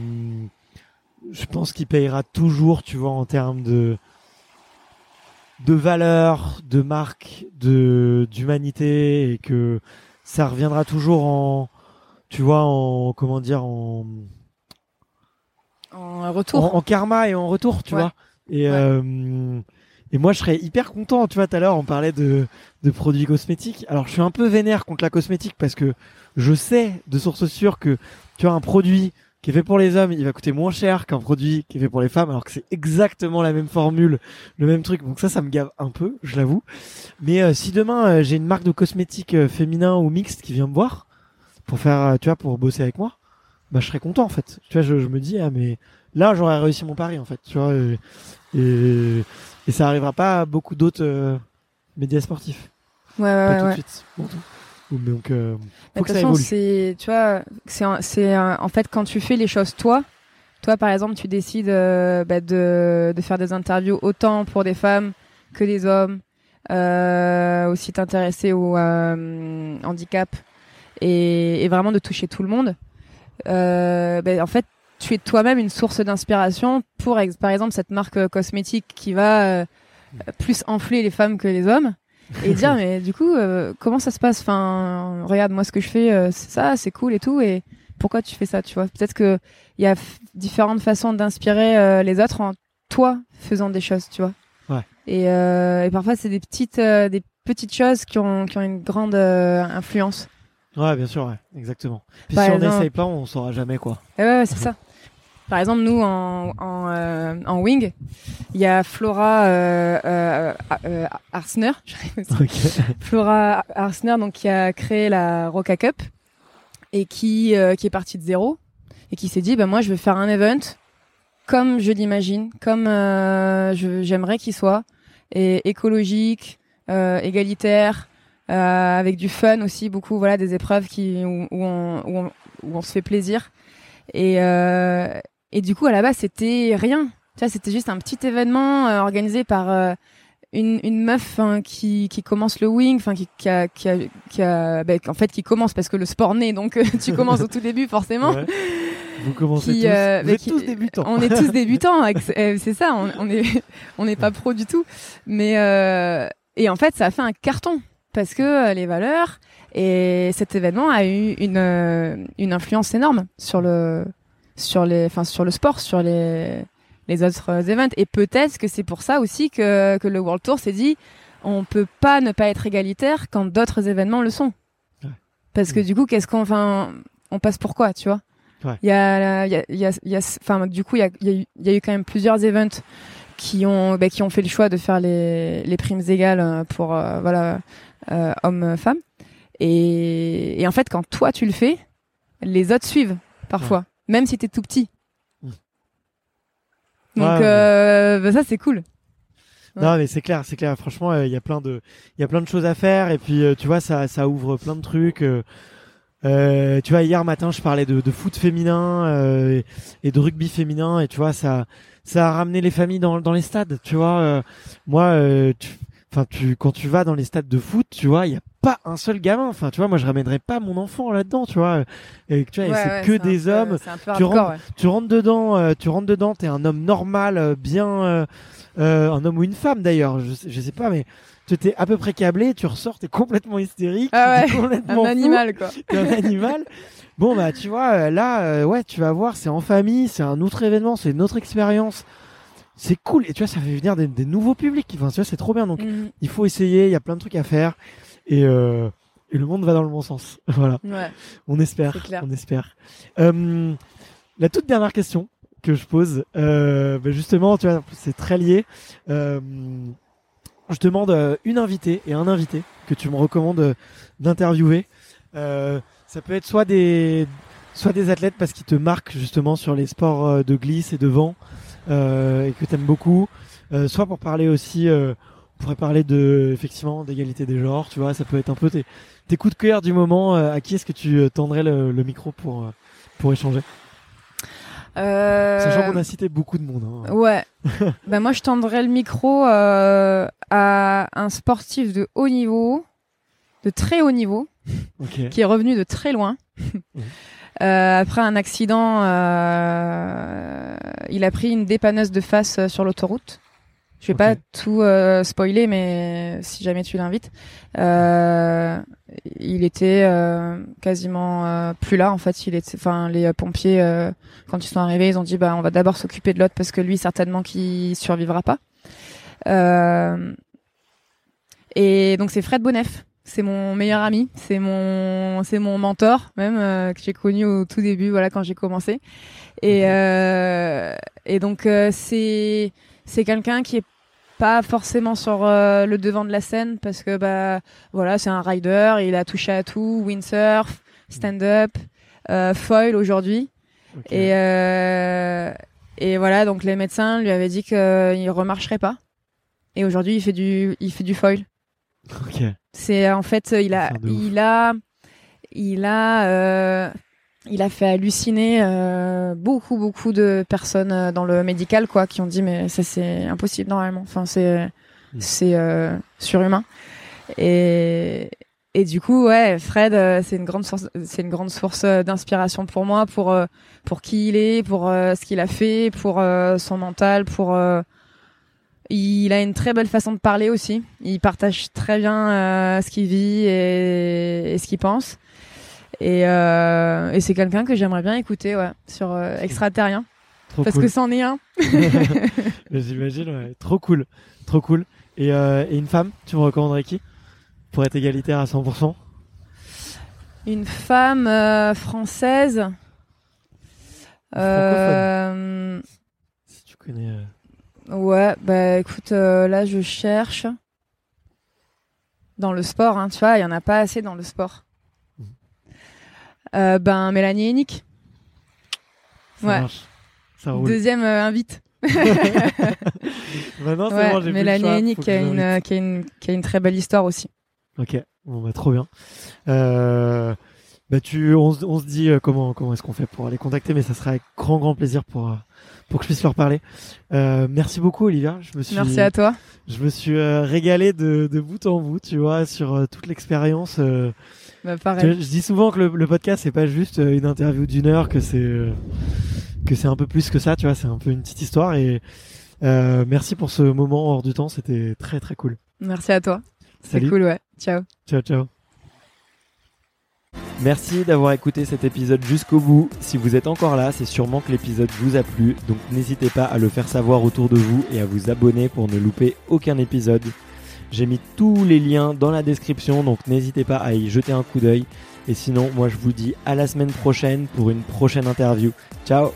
je pense qu'il payera toujours, tu vois, en termes de de valeur, de marque, de d'humanité, et que ça reviendra toujours en, tu vois, en, comment dire, en, en retour, en, en karma et en retour, tu ouais. vois. Et, ouais. euh, et moi, je serais hyper content, tu vois, tout à l'heure, on parlait de, de produits cosmétiques. Alors, je suis un peu vénère contre la cosmétique parce que je sais de source sûre que, tu vois, un produit qui est fait pour les hommes, il va coûter moins cher qu'un produit qui est fait pour les femmes, alors que c'est exactement la même formule, le même truc. Donc ça, ça me gave un peu, je l'avoue. Mais euh, si demain euh, j'ai une marque de cosmétiques euh, féminin ou mixte qui vient me voir pour faire, euh, tu vois, pour bosser avec moi, bah je serais content en fait. Tu vois, je, je me dis ah mais là j'aurais réussi mon pari en fait. Tu vois, et et, et ça arrivera pas à beaucoup d'autres euh, médias sportifs. Ouais, ouais, pas ouais. tout ouais. de suite. Bon, donc euh, faut De que toute ça façon, évolue. c'est, tu vois, c'est, un- c'est un- en fait quand tu fais les choses toi, toi par exemple, tu décides euh, bah, de, de faire des interviews autant pour des femmes que des hommes, euh, aussi t'intéresser au euh, handicap et, et vraiment de toucher tout le monde. Euh, bah, en fait, tu es toi-même une source d'inspiration pour, ex- par exemple, cette marque euh, cosmétique qui va euh, plus enfler les femmes que les hommes. Et dire mais du coup euh, comment ça se passe, enfin regarde moi ce que je fais, euh, c'est ça, c'est cool et tout, et pourquoi tu fais ça, tu vois, peut-être que il y a f- différentes façons d'inspirer euh, les autres en toi faisant des choses, tu vois. Ouais. Et, euh, et parfois c'est des petites euh, des petites choses qui ont qui ont une grande euh, influence. Ouais, bien sûr, ouais, exactement. Puis Par si on exemple- n'essaye pas, on saura jamais quoi. Et ouais, ouais c'est ça. Par exemple, nous, en, en, euh, en wing, il y a Flora euh, euh, euh, Arsner, Ok. Flora Arsner, donc qui a créé la Roca Cup et qui euh, qui est partie de zéro et qui s'est dit, bah moi, je vais faire un event comme je l'imagine, comme euh, je, j'aimerais qu'il soit, et écologique, euh, égalitaire, euh, avec du fun aussi, beaucoup, voilà, des épreuves qui où, où, on, où, on, où on se fait plaisir. Et euh, et du coup, à la base, c'était rien. Tu vois, c'était juste un petit événement euh, organisé par euh, une, une meuf hein, qui, qui commence le wing, enfin qui, qui a, qui a, qui a ben, en fait qui commence parce que le sport naît, donc euh, tu commences au tout début forcément. Ouais. Vous commencez Qui, tous. euh, Vous mais êtes qui- tous débutants. On est tous débutants, avec- euh, c'est ça. On, on est on n'est pas pro du tout, mais euh, et en fait ça a fait un carton parce que euh, les valeurs et cet événement a eu une euh, une influence énorme sur le sur les enfin sur le sport, sur les les autres euh, events, et peut-être que c'est pour ça aussi que que le World Tour s'est dit on peut pas ne pas être égalitaire quand d'autres événements le sont. Ouais. Parce que Mm. du coup, qu'est-ce qu'on enfin on passe pour quoi, tu vois? Ouais. Il y a il y a il y a il y a enfin du coup il y a il y a eu il y a eu quand même plusieurs events qui ont bah, qui ont fait le choix de faire les les primes égales euh, pour euh, voilà euh, hommes femmes, et et en fait quand toi tu le fais, les autres suivent parfois, même si t'es tout petit. Mm. Donc Ouais, euh, bah, ça c'est cool. Ouais. Non mais c'est clair, c'est clair. Franchement, il y a plein de, il y a plein de choses à faire, et puis euh, tu vois, ça, ça ouvre plein de trucs. Euh, euh, tu vois, hier matin, je parlais de, de foot féminin euh, et, et de rugby féminin, et tu vois, ça, ça a ramené les familles dans, dans les stades. Tu vois, euh, moi, euh, tu, enfin, tu, quand tu vas dans les stades de foot, tu vois, il y a pas un seul gamin. Enfin, tu vois, moi, je ramènerais pas mon enfant là-dedans, tu vois. Et tu vois, et Ouais, c'est ouais, que un des peu- hommes. c'est un peu Tu hardcore, rentres- ouais. Tu rentres dedans, euh, tu rentres dedans, t'es un homme normal, euh, bien, euh, euh, un homme ou une femme d'ailleurs, je, sais- je sais pas, mais tu t'es à peu près câblé, tu ressors, t'es complètement hystérique, Ah t'es ouais, complètement un fou, animal quoi. t'es un animal. Bon bah tu vois, euh, là, euh, ouais, tu vas voir, c'est en famille, c'est un autre événement, c'est une autre expérience. C'est cool, et tu vois, ça fait venir des, des nouveaux publics. Enfin, tu vois, c'est trop bien. Donc, Mhm. il faut essayer. Il y a plein de trucs à faire, et euh, et le monde va dans le bon sens. Voilà. Ouais. On espère. C'est clair. On espère. Euh, la toute dernière question que je pose, euh, bah justement, tu vois, c'est très lié. Euh, je demande euh, une invitée et un invité que tu me recommandes euh, d'interviewer. Euh, ça peut être soit des, soit des athlètes parce qu'ils te marquent justement sur les sports euh, de glisse et de vent euh, et que t'aimes beaucoup. Euh, soit pour parler aussi, euh, on pourrait parler de effectivement d'égalité des genres. Tu vois, ça peut être un peu tes, tes coups de cœur du moment. Euh, à qui est-ce que tu euh, tendrais le, le micro pour euh, pour échanger? Euh... Sachant qu'on a cité beaucoup de monde. Hein. Ouais. Ben moi, je tendrais le micro euh, à un sportif de haut niveau, de très haut niveau, Ok. qui est revenu de très loin. Mhm. Euh, après un accident, euh, il a pris une dépanneuse de face euh, sur l'autoroute. Je vais Ok. pas tout euh, spoiler, mais si jamais tu l'invites, euh, il était euh, quasiment euh, plus là. En fait, il était, enfin, les pompiers euh, quand ils sont arrivés, ils ont dit, bah, on va d'abord s'occuper de l'autre parce que lui, certainement, qu'il survivra pas. Euh, et donc c'est Fred Bonnef. C'est mon meilleur ami, c'est mon, c'est mon mentor même euh, que j'ai connu au tout début, voilà, quand j'ai commencé. Et Ok. euh, et donc euh, c'est c'est quelqu'un qui est pas forcément sur euh, le devant de la scène parce que bah voilà, c'est un rider, il a touché à tout, windsurf, stand-up, euh, foil aujourd'hui. Okay. Et, euh, et voilà, donc les médecins lui avaient dit qu'il ne remarcherait pas. Et aujourd'hui, il fait du, il fait du foil. Ok. C'est en fait, il a, il a, il a, euh, il a fait halluciner euh, beaucoup, beaucoup de personnes dans le médical, quoi, qui ont dit mais ça c'est impossible normalement. Enfin, c'est, mmh. c'est euh, surhumain. Et Et du coup, ouais, Fred, euh, c'est une grande source, c'est une grande source d'inspiration pour moi, pour euh, pour qui il est, pour euh, ce qu'il a fait, pour euh, son mental, pour. Euh, il a une très belle façon de parler aussi. Il partage très bien euh, ce qu'il vit et, et ce qu'il pense. Et, euh, et c'est quelqu'un que j'aimerais bien écouter, ouais, sur euh, Extraterrien, trop parce cool. Que c'en est un. J'imagine, ouais, trop cool, trop cool. Et, euh, et une femme, tu me recommanderais qui? Pour être égalitaire à cent pour cent? Une femme euh, française. Euh... Si tu connais. Euh... Ouais, bah écoute, euh, là je cherche. Dans le sport, hein, tu vois, il n'y en a pas assez dans le sport. Mmh. Euh, ben, Mélanie Hennick. Ça ouais. marche. Ça roule. Deuxième euh, invite. Maintenant, c'est ouais, bon, j'ai Mélanie Hennick qui a, une, qui, a une, qui a une très belle histoire aussi. Ok, bon bah trop bien. Euh, bah tu, on, on se dit euh, comment comment est-ce qu'on fait pour les contacter, mais ça sera avec grand grand plaisir pour euh, pour que je puisse leur parler. Euh, merci beaucoup Olivia. Je me suis. Merci à toi. Je me suis euh, régalé de de bout en bout, tu vois, sur euh, toute l'expérience. Euh, bah pareil. Tu vois, je dis souvent que le, le podcast c'est pas juste euh, une interview d'une heure, que c'est euh, que c'est un peu plus que ça, tu vois, c'est un peu une petite histoire et euh, merci pour ce moment hors du temps, c'était très très cool. Merci à toi. C'est Salut. cool, ouais. Ciao. Ciao, ciao. Merci d'avoir écouté cet épisode jusqu'au bout. Si vous êtes encore là, c'est sûrement que l'épisode vous a plu. Donc n'hésitez pas à le faire savoir autour de vous et à vous abonner pour ne louper aucun épisode. J'ai mis tous les liens dans la description, donc n'hésitez pas à y jeter un coup d'œil. Et sinon, moi je vous dis à la semaine prochaine pour une prochaine interview. Ciao.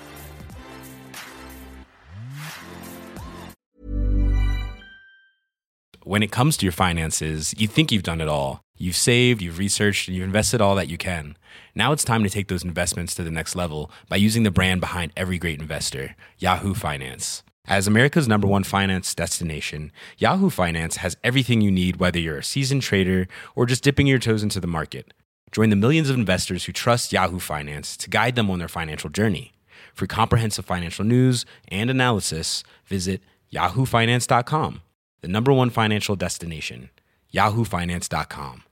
When it comes to your finances, you think you've done it all. You've saved, you've researched, and you've invested all that you can. Now it's time to take those investments to the next level by using the brand behind every great investor, Yahoo Finance. As America's number one finance destination, Yahoo Finance has everything you need, whether you're a seasoned trader or just dipping your toes into the market. Join the millions of investors who trust Yahoo Finance to guide them on their financial journey. For comprehensive financial news and analysis, visit yahoo finance dot com. The number one financial destination, yahoo finance dot com.